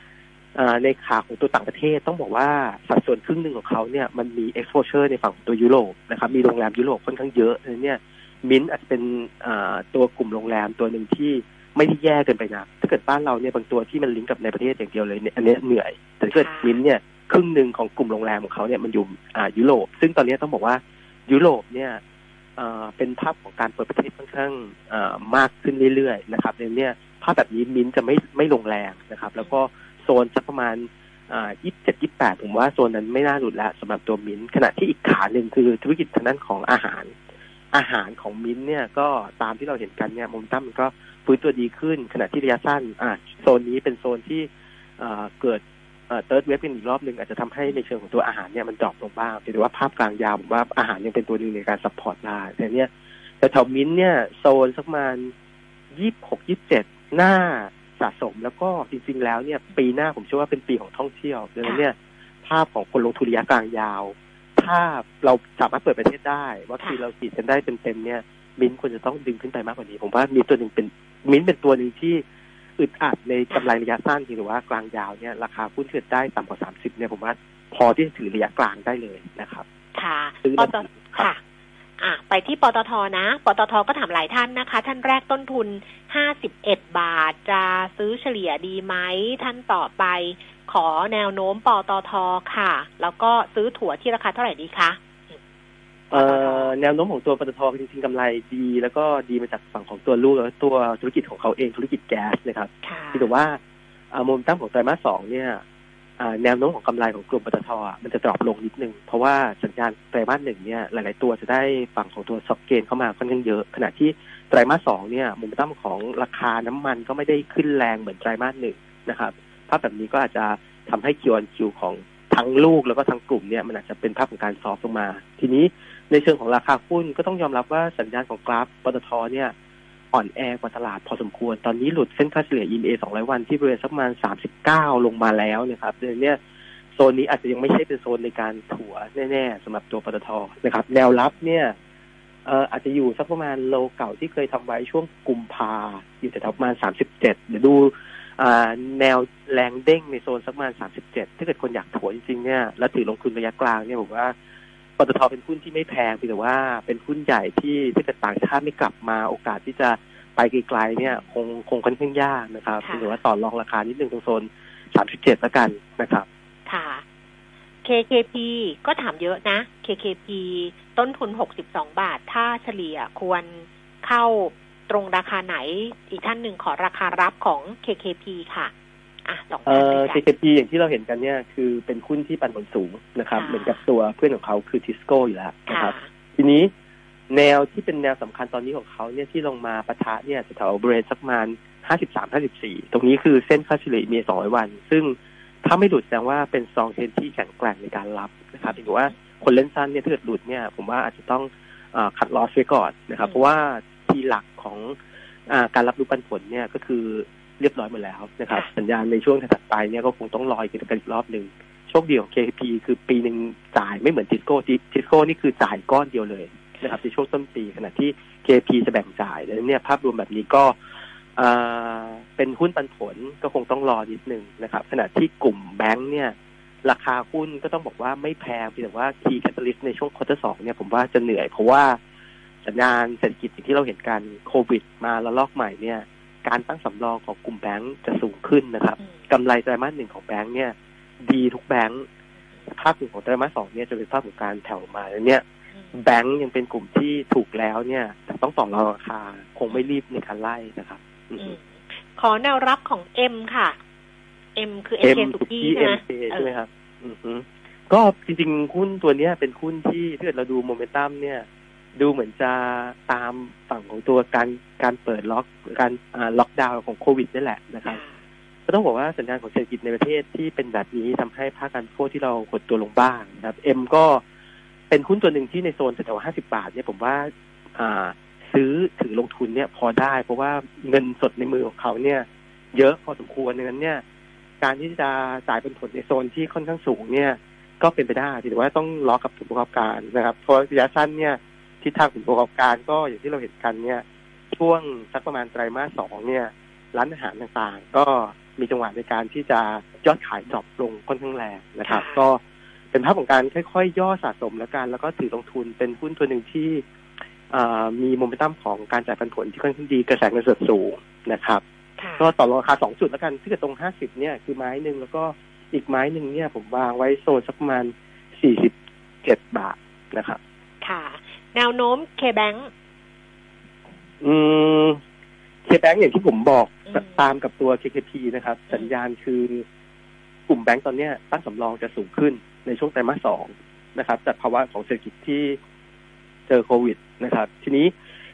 ในขาของตัวต่างประเทศต้องบอกว่าสัดส่วนครึ่งหนึ่งของเขาเนี่ยมันมี exposure ในฝั่งของตัวยุโรปนะครับมีโรงแรมยุโรปค่อนข้างเยอะเนี่ยมิ้นอาจจะเป็นตัวกลุ่มโรงแรมตัวหนึ่งที่ไม่ได้แย่เกินไปนะถ้าเกิดบ้านเราเนี่ยบางตัวที่มันลิงก์กับในประเทศอย่างเดียวเลยเนี่ยอันนี้เหนื่อยแต่ถ้าเกิดมิ้นเนี่ยครึ่งหนึ่งของกลุ่มโรงแรมของเขาเนี่ยมันอยู่ยุโรปซึ่งตอนนี้ต้องบอกว่ายุโรปเนี่ยเป็นภาพของการเปิดประเทศค่อนข้างมากขึ้นเรื่อยๆนะครับเนี่ยภาพแบบนี้มิ้นจะไม่ไม่ลงแรงนะครับแล้วก็โซนสักประมาณยี่สิบเจ็ด ยี่สิบแปดผมว่าโซนนั้นไม่น่าหลุดแล้วสำหรับตัวมิ้นขณะที่อีกขาหนึ่งคือธุรกิจทางด้านของอาหารอาหารของมิ้นเนี่ยก็ตามที่เราเห็นกันเนี่ยโมเมนตัมมันก็ฟื้นตัวดีขึ้นขณะที่ระยะสั้นอ่าโซนนี้เป็นโซนที่เกิดเติร์ดเวฟเป็นอีกรอบหนึ่งอาจจะทำให้ในเชิงของตัวอาหารเนี่ยมันดรอปลงบ้างแต่ว่าภาพกลางยาวผมว่าอาหารยังเป็นตัวหนึ่งในการซัพพอร์ตได้แต่เนี่ยแต่แถวมิ้นเนี่ยโซนสักประมาณยี่สิบหก ยี่สิบเจ็ดหน้าสะสมแล้วก็จริงๆแล้วเนี่ยปีหน้าผมเชื่อว่าเป็นปีของท่องเที่ยวดังนั้นเนี่ยภาพของคนลงทุนระยะกลางยาวถ้าเราสามารถเปิดประเทศได้วัคซีนเราฉีดกันได้เต็มๆเนี่ยมิ้นควรจะต้องดึงขึ้นไปมากกว่านี้ผมว่ามีตัวหนึ่งเป็นมิ้นเป็นตัวหนึ่งที่อึดอัดในกำไรระยะสั้นหรือว่ากลางยาวเนี่ยราคาหุ้นเกิดได้ต่ำกว่าสามสิบเนี่ยผมว่าพอที่จะถือระยะกลางได้เลยนะครับค่ะปตทค่ะอ่ะไปที่ปตทนะปตทก็ถามหลายท่านนะคะท่านแรกต้นทุนห้าสิบเอ็ดบาทจะซื้อเฉลี่ยดีไหมท่านต่อไปขอแนวโน้มปตทค่ะแล้วก็ซื้อถั่วที่ราคาเท่าไหร่ดีคะเอ่อแนวโน้มของตัวปตทจริงๆกำไรดีแล้วก็ดีมาจากฝั่งของตัวลูกแล้วตัวธุรกิจของเขาเองธุรกิจแก๊สนะครับที่แต่ว่าโมเมนตัมของไตรมาสสองเนี่ยแนวโน้มของกำไรของกลุ่มปตทมันจะดรอปลงนิดนึงเพราะว่าสัญญาณไตรมาสหนึ่งเนี่ยหลายๆตัวจะได้ฝั่งของตัวซ็อกเกนเข้ามาค่อนข้างเยอะขณะที่ไตรมาสสองเนี่ยโมเมนตัมของราคาน้ำมันก็ไม่ได้ขึ้นแรงเหมือนไตรมาสหนึ่งนะครับภาพแบบนี้ก็อาจจะทำให้ คิว ออน คิว ของทั้งลูกแล้วก็ทั้งกลุ่มเนี่ยมันอาจจะเป็นภาพของการซอฟต์ลงมาทีนี้ในเชิงของราคาหุ้นก็ต้องยอมรับว่าสัญญาณของกราฟปตทเนี่ยอ่อนแอกว่าตลาดพอสมควรตอนนี้หลุดเส้นค่าเฉลี่ย อี เอ็ม เอ สองร้อยวันที่บริเวณสักประมาณสามสิบเก้าลงมาแล้วนะครับเนี่ยโซนนี้อาจจะยังไม่ใช่เป็นโซนในการถัวแน่ๆสำหรับตัวปตทนะครับแนวรับเนี่ยเอ่ออาจจะอยู่สักประมาณโลเก่าที่เคยทำไว้ช่วงกุมภาอยู่แต่ประมาณสามสิบเจ็ดเดี๋ยวดูแนวแรงเด้งในโซนสักประมาณสามสิบเจ็ดถ้าเกิดคนอยากถัวจริงๆเนี่ยแล้วถือลงทุนระยะกลางเนี่ยผมว่าปตทเป็นหุ้นที่ไม่แพงแต่ว่าเป็นหุ้นใหญ่ที่ถ้าเกิดต่างชาติไม่กลับมาโอกาสที่จะไปไกลๆเนี่ยคงคงค่อนข้างยากนะครับหรือว่าต่อรองราคานิดนึงตรงโซนสามสิบเจ็ดแล้วกันนะครับค่ะ เค เค พี ก็ถามเยอะนะ เค เค พี ต้นทุนหกสิบสองบาทถ้าเฉลี่ยควรเข้าตรงราคาไหนอีกท่านหนึ่งขอราคารับของ เค เค พี ค่ะอ่ะสองท่านด้วยกันเค เค พี อย่างที่เราเห็นกันเนี่ยคือเป็นหุ้นที่ปันผลสูงนะครับเหมือนกับตัวเพื่อนของเขาคือทิสโก้อยู่แล้วนะครับทีนี้แนวที่เป็นแนวสำคัญตอนนี้ของเขาเนี่ยที่ลงมาปะทะเนี่ยแถวบริเวณสักประมาณห้าสิบสาม ห้าสิบสี่ตรงนี้คือเส้นค่าเฉลี่ย อี เอ็ม เอ สองร้อยวันซึ่งถ้าไม่หลุดแสดงว่าเป็นซองเทรนที่แข็งแกร่งในการรับนะครับถือว่าคนเล่นสั้นเนี่ยถ้าเกิดหลุดเนี่ยผมว่าอาจจะต้องคัดลอสไว้ก่อนนะครับเพราะว่าทีหลักของการรับรู้ปันผลเนี่ยก็คือเรียบร้อยหมดแล้วนะครับสัญญาณในช่วงถัดไปเนี่ยก็คงต้องรออีกกันอีกรอบหนึ่งโชคดีของ เค เค พี คือปีหนึ่งจ่ายไม่เหมือนทิสโก้ทิสโก้นี่คือจ่ายก้อนเดียวเลยนะครับในช่วงต้นปีขณะที่ เค เค พี จะแบ่งจ่ายแล้วเนี่ยภาพรวมแบบนี้ก็เป็นหุ้นปันผลก็คงต้องรอนิดนึงนะครับขณะที่กลุ่มแบงค์เนี่ยราคาหุ้นก็ต้องบอกว่าไม่แพงเพียงแต่ว่า Key Catalyst ในช่วงควอเตอร์สองเนี่ยผมว่าจะเหนื่อยเพราะว่าสัญญาณเศรษฐกิจที่เราเห็นกันโควิดมาระลอกใหม่เนี่ยการตั้งสำรองของกลุ่มแบงค์จะสูงขึ้นนะครับกำไรไตรมาสหนึ่งของแบงค์เนี่ยดีทุกแบงค์ภาพหนึ่งของไตรมาสสองเนี่ยจะเป็นภาพของการแถวมาแล้วเนี่ยแบงค์ยังเป็นกลุ่มที่ถูกแล้วเนี่ยแต่ต้องต่อรองราคาคงไม่รีบในการไล่นะครับขอแนวรับของ M ค่ะ M คือ เอ็ม เค สุกี้ใช่ไหมใช่ไหมครับก็จริงๆหุ้นตัวนี้เป็นหุ้นที่ถ้าเกิดเราดูโมเมนตัมเนี่ยดูเหมือนจะตามฝั่งของตัวการการเปิดล็อกการล็อกดาวน์ของโควิดนี่แหละนะครับก็ต้องบอกว่าสัญญาณของเศรษฐกิจในประเทศที่เป็นแบบนี้ทำให้ภาคการบริโภคที่เราหดตัวลงบ้างนะครับ M ก็เป็นหุ้นตัวหนึ่งที่ในโซนแถวๆห้าสิบบาทเนี่ยผมว่าซื้อถือลงทุนเนี่ยพอได้เพราะว่าเงินสดในมือของเขาเนี่ยเยอะพอสมควรดังนั้นเนี่ยการที่จะจ่ายเป็นผลในโซนที่ค่อนข้างสูงเนี่ยก็เป็นไปได้แต่ว่าต้องล้อกับผลประกอบการนะครับเพราะระยะสั้นเนี่ยทิศทางผลประกอบการก็อย่างที่เราเห็นกันเนี่ยช่วงสักประมาณไตรมาสสองเนี่ยร้านอาหารต่างๆก็มีจังหวะในการที่จะยอดขายดรอปลงค่อนข้างแรงนะครับก็เป็นภาพของการค่อยๆย่อสะสมแล้วกันแล้วก็ถือลงทุนเป็นหุ้นตัวหนึ่งที่มีโมเมนตัมของการจ่ายปันผลที่ค่อนข้างดีกระแสเงินสดสูงนะครับก็ต่อราคาสองจุดแล้วกันที่เกิดตรงห้าสิบเนี่ยคือไม้หนึ่งแล้วก็อีกไม้หนึ่งเนี่ยผมวางไว้โซนสักประมาณสี่สิบเจ็ดบาทนะครับค่ะแนวโน้ม K-Bank อืม K-Bank อย่างที่ผมบอกตามกับตัว เค เค พี นะครับสัญญาณคือกลุ่มแบงก์ตอนนี้ตั้งสำรองจะสูงขึ้นในช่วงไตรมาสสองนะครับจากภาวะของเศรษฐกิจที่เจอโควิดนะครับทีนี้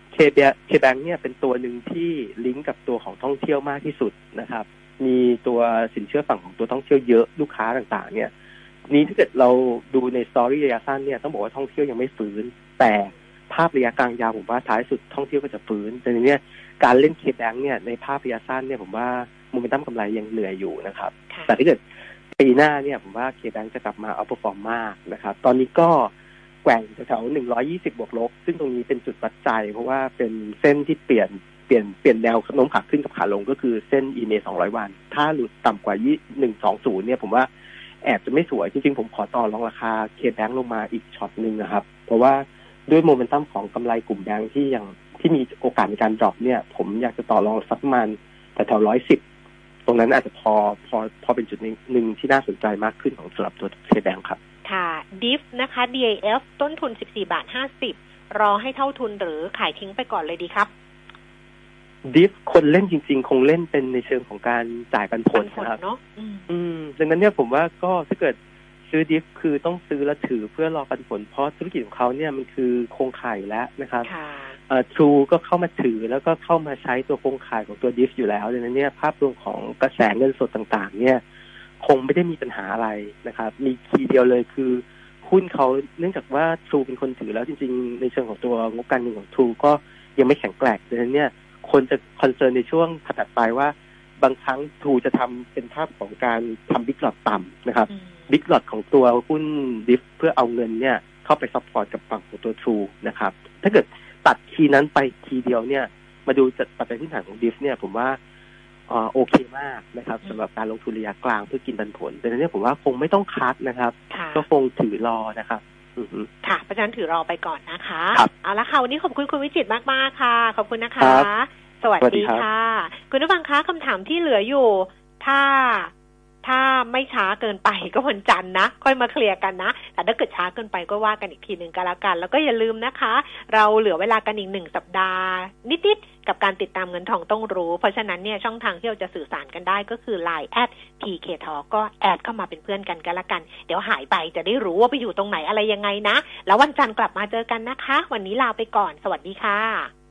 K-Bank เนี่ยเป็นตัวหนึ่งที่ลิงก์กับตัวของท่องเที่ยวมากที่สุดนะครับมีตัวสินเชื่อฝั่งของตัวท่องเที่ยวเยอะลูกค้าต่างๆเนี่ยนี้ถ้าเกิดเราดูในสตอรี่ระยะสั้นเนี่ยต้องบอกว่าท่องเที่ยวยังไม่ฟื้นแต่ภาพระยะกลางยาวผมว่าท้ายสุดท่องเที่ยวก็จะฟื้นแต่ในนี้การเล่น K-Bank เนี่ยในภาพระยะสั้นเนี่ยผมว่าโมเมนตัมกำไรยังเหนื่อยอยู่นะครับแต่ถ้าเกิดปีหน้าเนี่ยผมว่า K-Bank จะกลับมาเอาท์เพอร์ฟอร์มมากนะครับตอนนี้ก็แกว่งแถวๆหนึ่งร้อยยี่สิบบวกลบซึ่งตรงนี้เป็นจุดวัดใจเพราะว่าเป็นเส้นที่เปลี่ยนเปลี่ยนเปลี่ยนแนวโน้มขาขึ้นกับขาลงก็คือเส้น อี เอ็ม เอ สองร้อยวันถ้าหลุดต่ำกว่าหนึ่งร้อยยี่สิบเนี่ยผมว่าแอบจะไม่สวยจริงๆผมขอต่อรองราคา K-Bank ลงมาอีกช็อตนึงนะครับเพราะว่าด้วยโมเมนตัมของกำไรกลุ่มแบงค์ที่ยังที่มีโอกาสในการดรอปเนี่ยผมอยากจะต่อรองสักประมาณแต่แถวร้อยสิบตรงนั้นอาจจะพอพอพอเป็นจุดหนึ่งที่น่าสนใจมากขึ้นของสำหรับตัว K-Bank ครับค่ะ ดิฟ นะคะ ดี ไอ เอฟ ต้นทุนสิบสี่บาทห้าสิบรอให้เท่าทุนหรือขายทิ้งไปก่อนเลยดีครับดิฟคนเล่นจริงๆคงเล่นเป็นในเชิงของการจ่ายปันผลนะครับเนาะอืมดังนั้นเนี่ยผมว่าก็ถ้าเกิดซื้อดิฟคือต้องซื้อและถือเพื่อรอปันผลเพราะธุรกิจของเขาเนี่ยมันคือโครงข่ายแล้วนะครับเอ่อ True ก็เข้ามาถือแล้วก็เข้ามาใช้ตัวโครงข่ายของตัวดิฟอยู่แล้วดังนั้นเนี่ยภาพรวมของกระแสเงินสดต่างๆเนี่ยคงไม่ได้มีปัญหาอะไรนะครับมีคีย์เดียวเลยคือหุ้นเขาเนื่องจากว่า True เป็นคนถือแล้วจริงๆในเชิงของตัวงบการเงินของ True ก็ยังไม่แข็งแกร่งดังนั้นเนี่ยคนจะคอนเซิร์นในช่วงถัดไปว่าบางครั้ง True จะทำเป็นภาพของการทำบิ๊กหลอดต่ำนะครับบิ๊กหลอดของตัวหุ้นดิฟเพื่อเอาเงินเนี่ยเข้าไปซัพพอร์ตกับฝั่งของตัว True นะครับถ้าเกิดตัดคีย์นั้นไปคีย์เดียวเนี่ยมาดูจัดปัจจัยพื้นฐานของดิฟเนี่ยผมว่าอ่าโอเคมากนะครับสำหรับการลงทุนระยะกลางเพื่อกินปันผลแต่ในนี้ผมว่าคงไม่ต้องคัดนะครับก็คงถือรอนะครับค่ะเพราะฉะนั้นถือรอไปก่อนนะคะเอาละค่ะวันนี้ขอบคุณคุณวิจิตรมากๆค่ะขอบคุณนะคะสวัสดีค่ะคุณผู้ฟังคะคำถามที่เหลืออยู่ถ้าถ้าไม่ช้าเกินไปก็วันจันทร์นะค่อยมาเคลียร์กันนะแต่ถ้าเกิดช้าเกินไปก็ว่ากันอีกทีหนึ่งก็แล้วกันแล้วก็อย่าลืมนะคะเราเหลือเวลากันอีกหนึ่งสัปดาห์นิดๆกับการติดตามเงินทองต้องรู้เพราะฉะนั้นเนี่ยช่องทางที่เราจะสื่อสารกันได้ก็คือ ไลน์ แอท พี เค ทอล์ก ก็แอดเข้ามาเป็นเพื่อนกันก็แล้วกันเดี๋ยวหายไปจะได้รู้ว่าไปอยู่ตรงไหนอะไรยังไงนะแล้ววันจันทร์กลับมาเจอกันนะคะวันนี้ลาไปก่อนสวัสดีค่ะ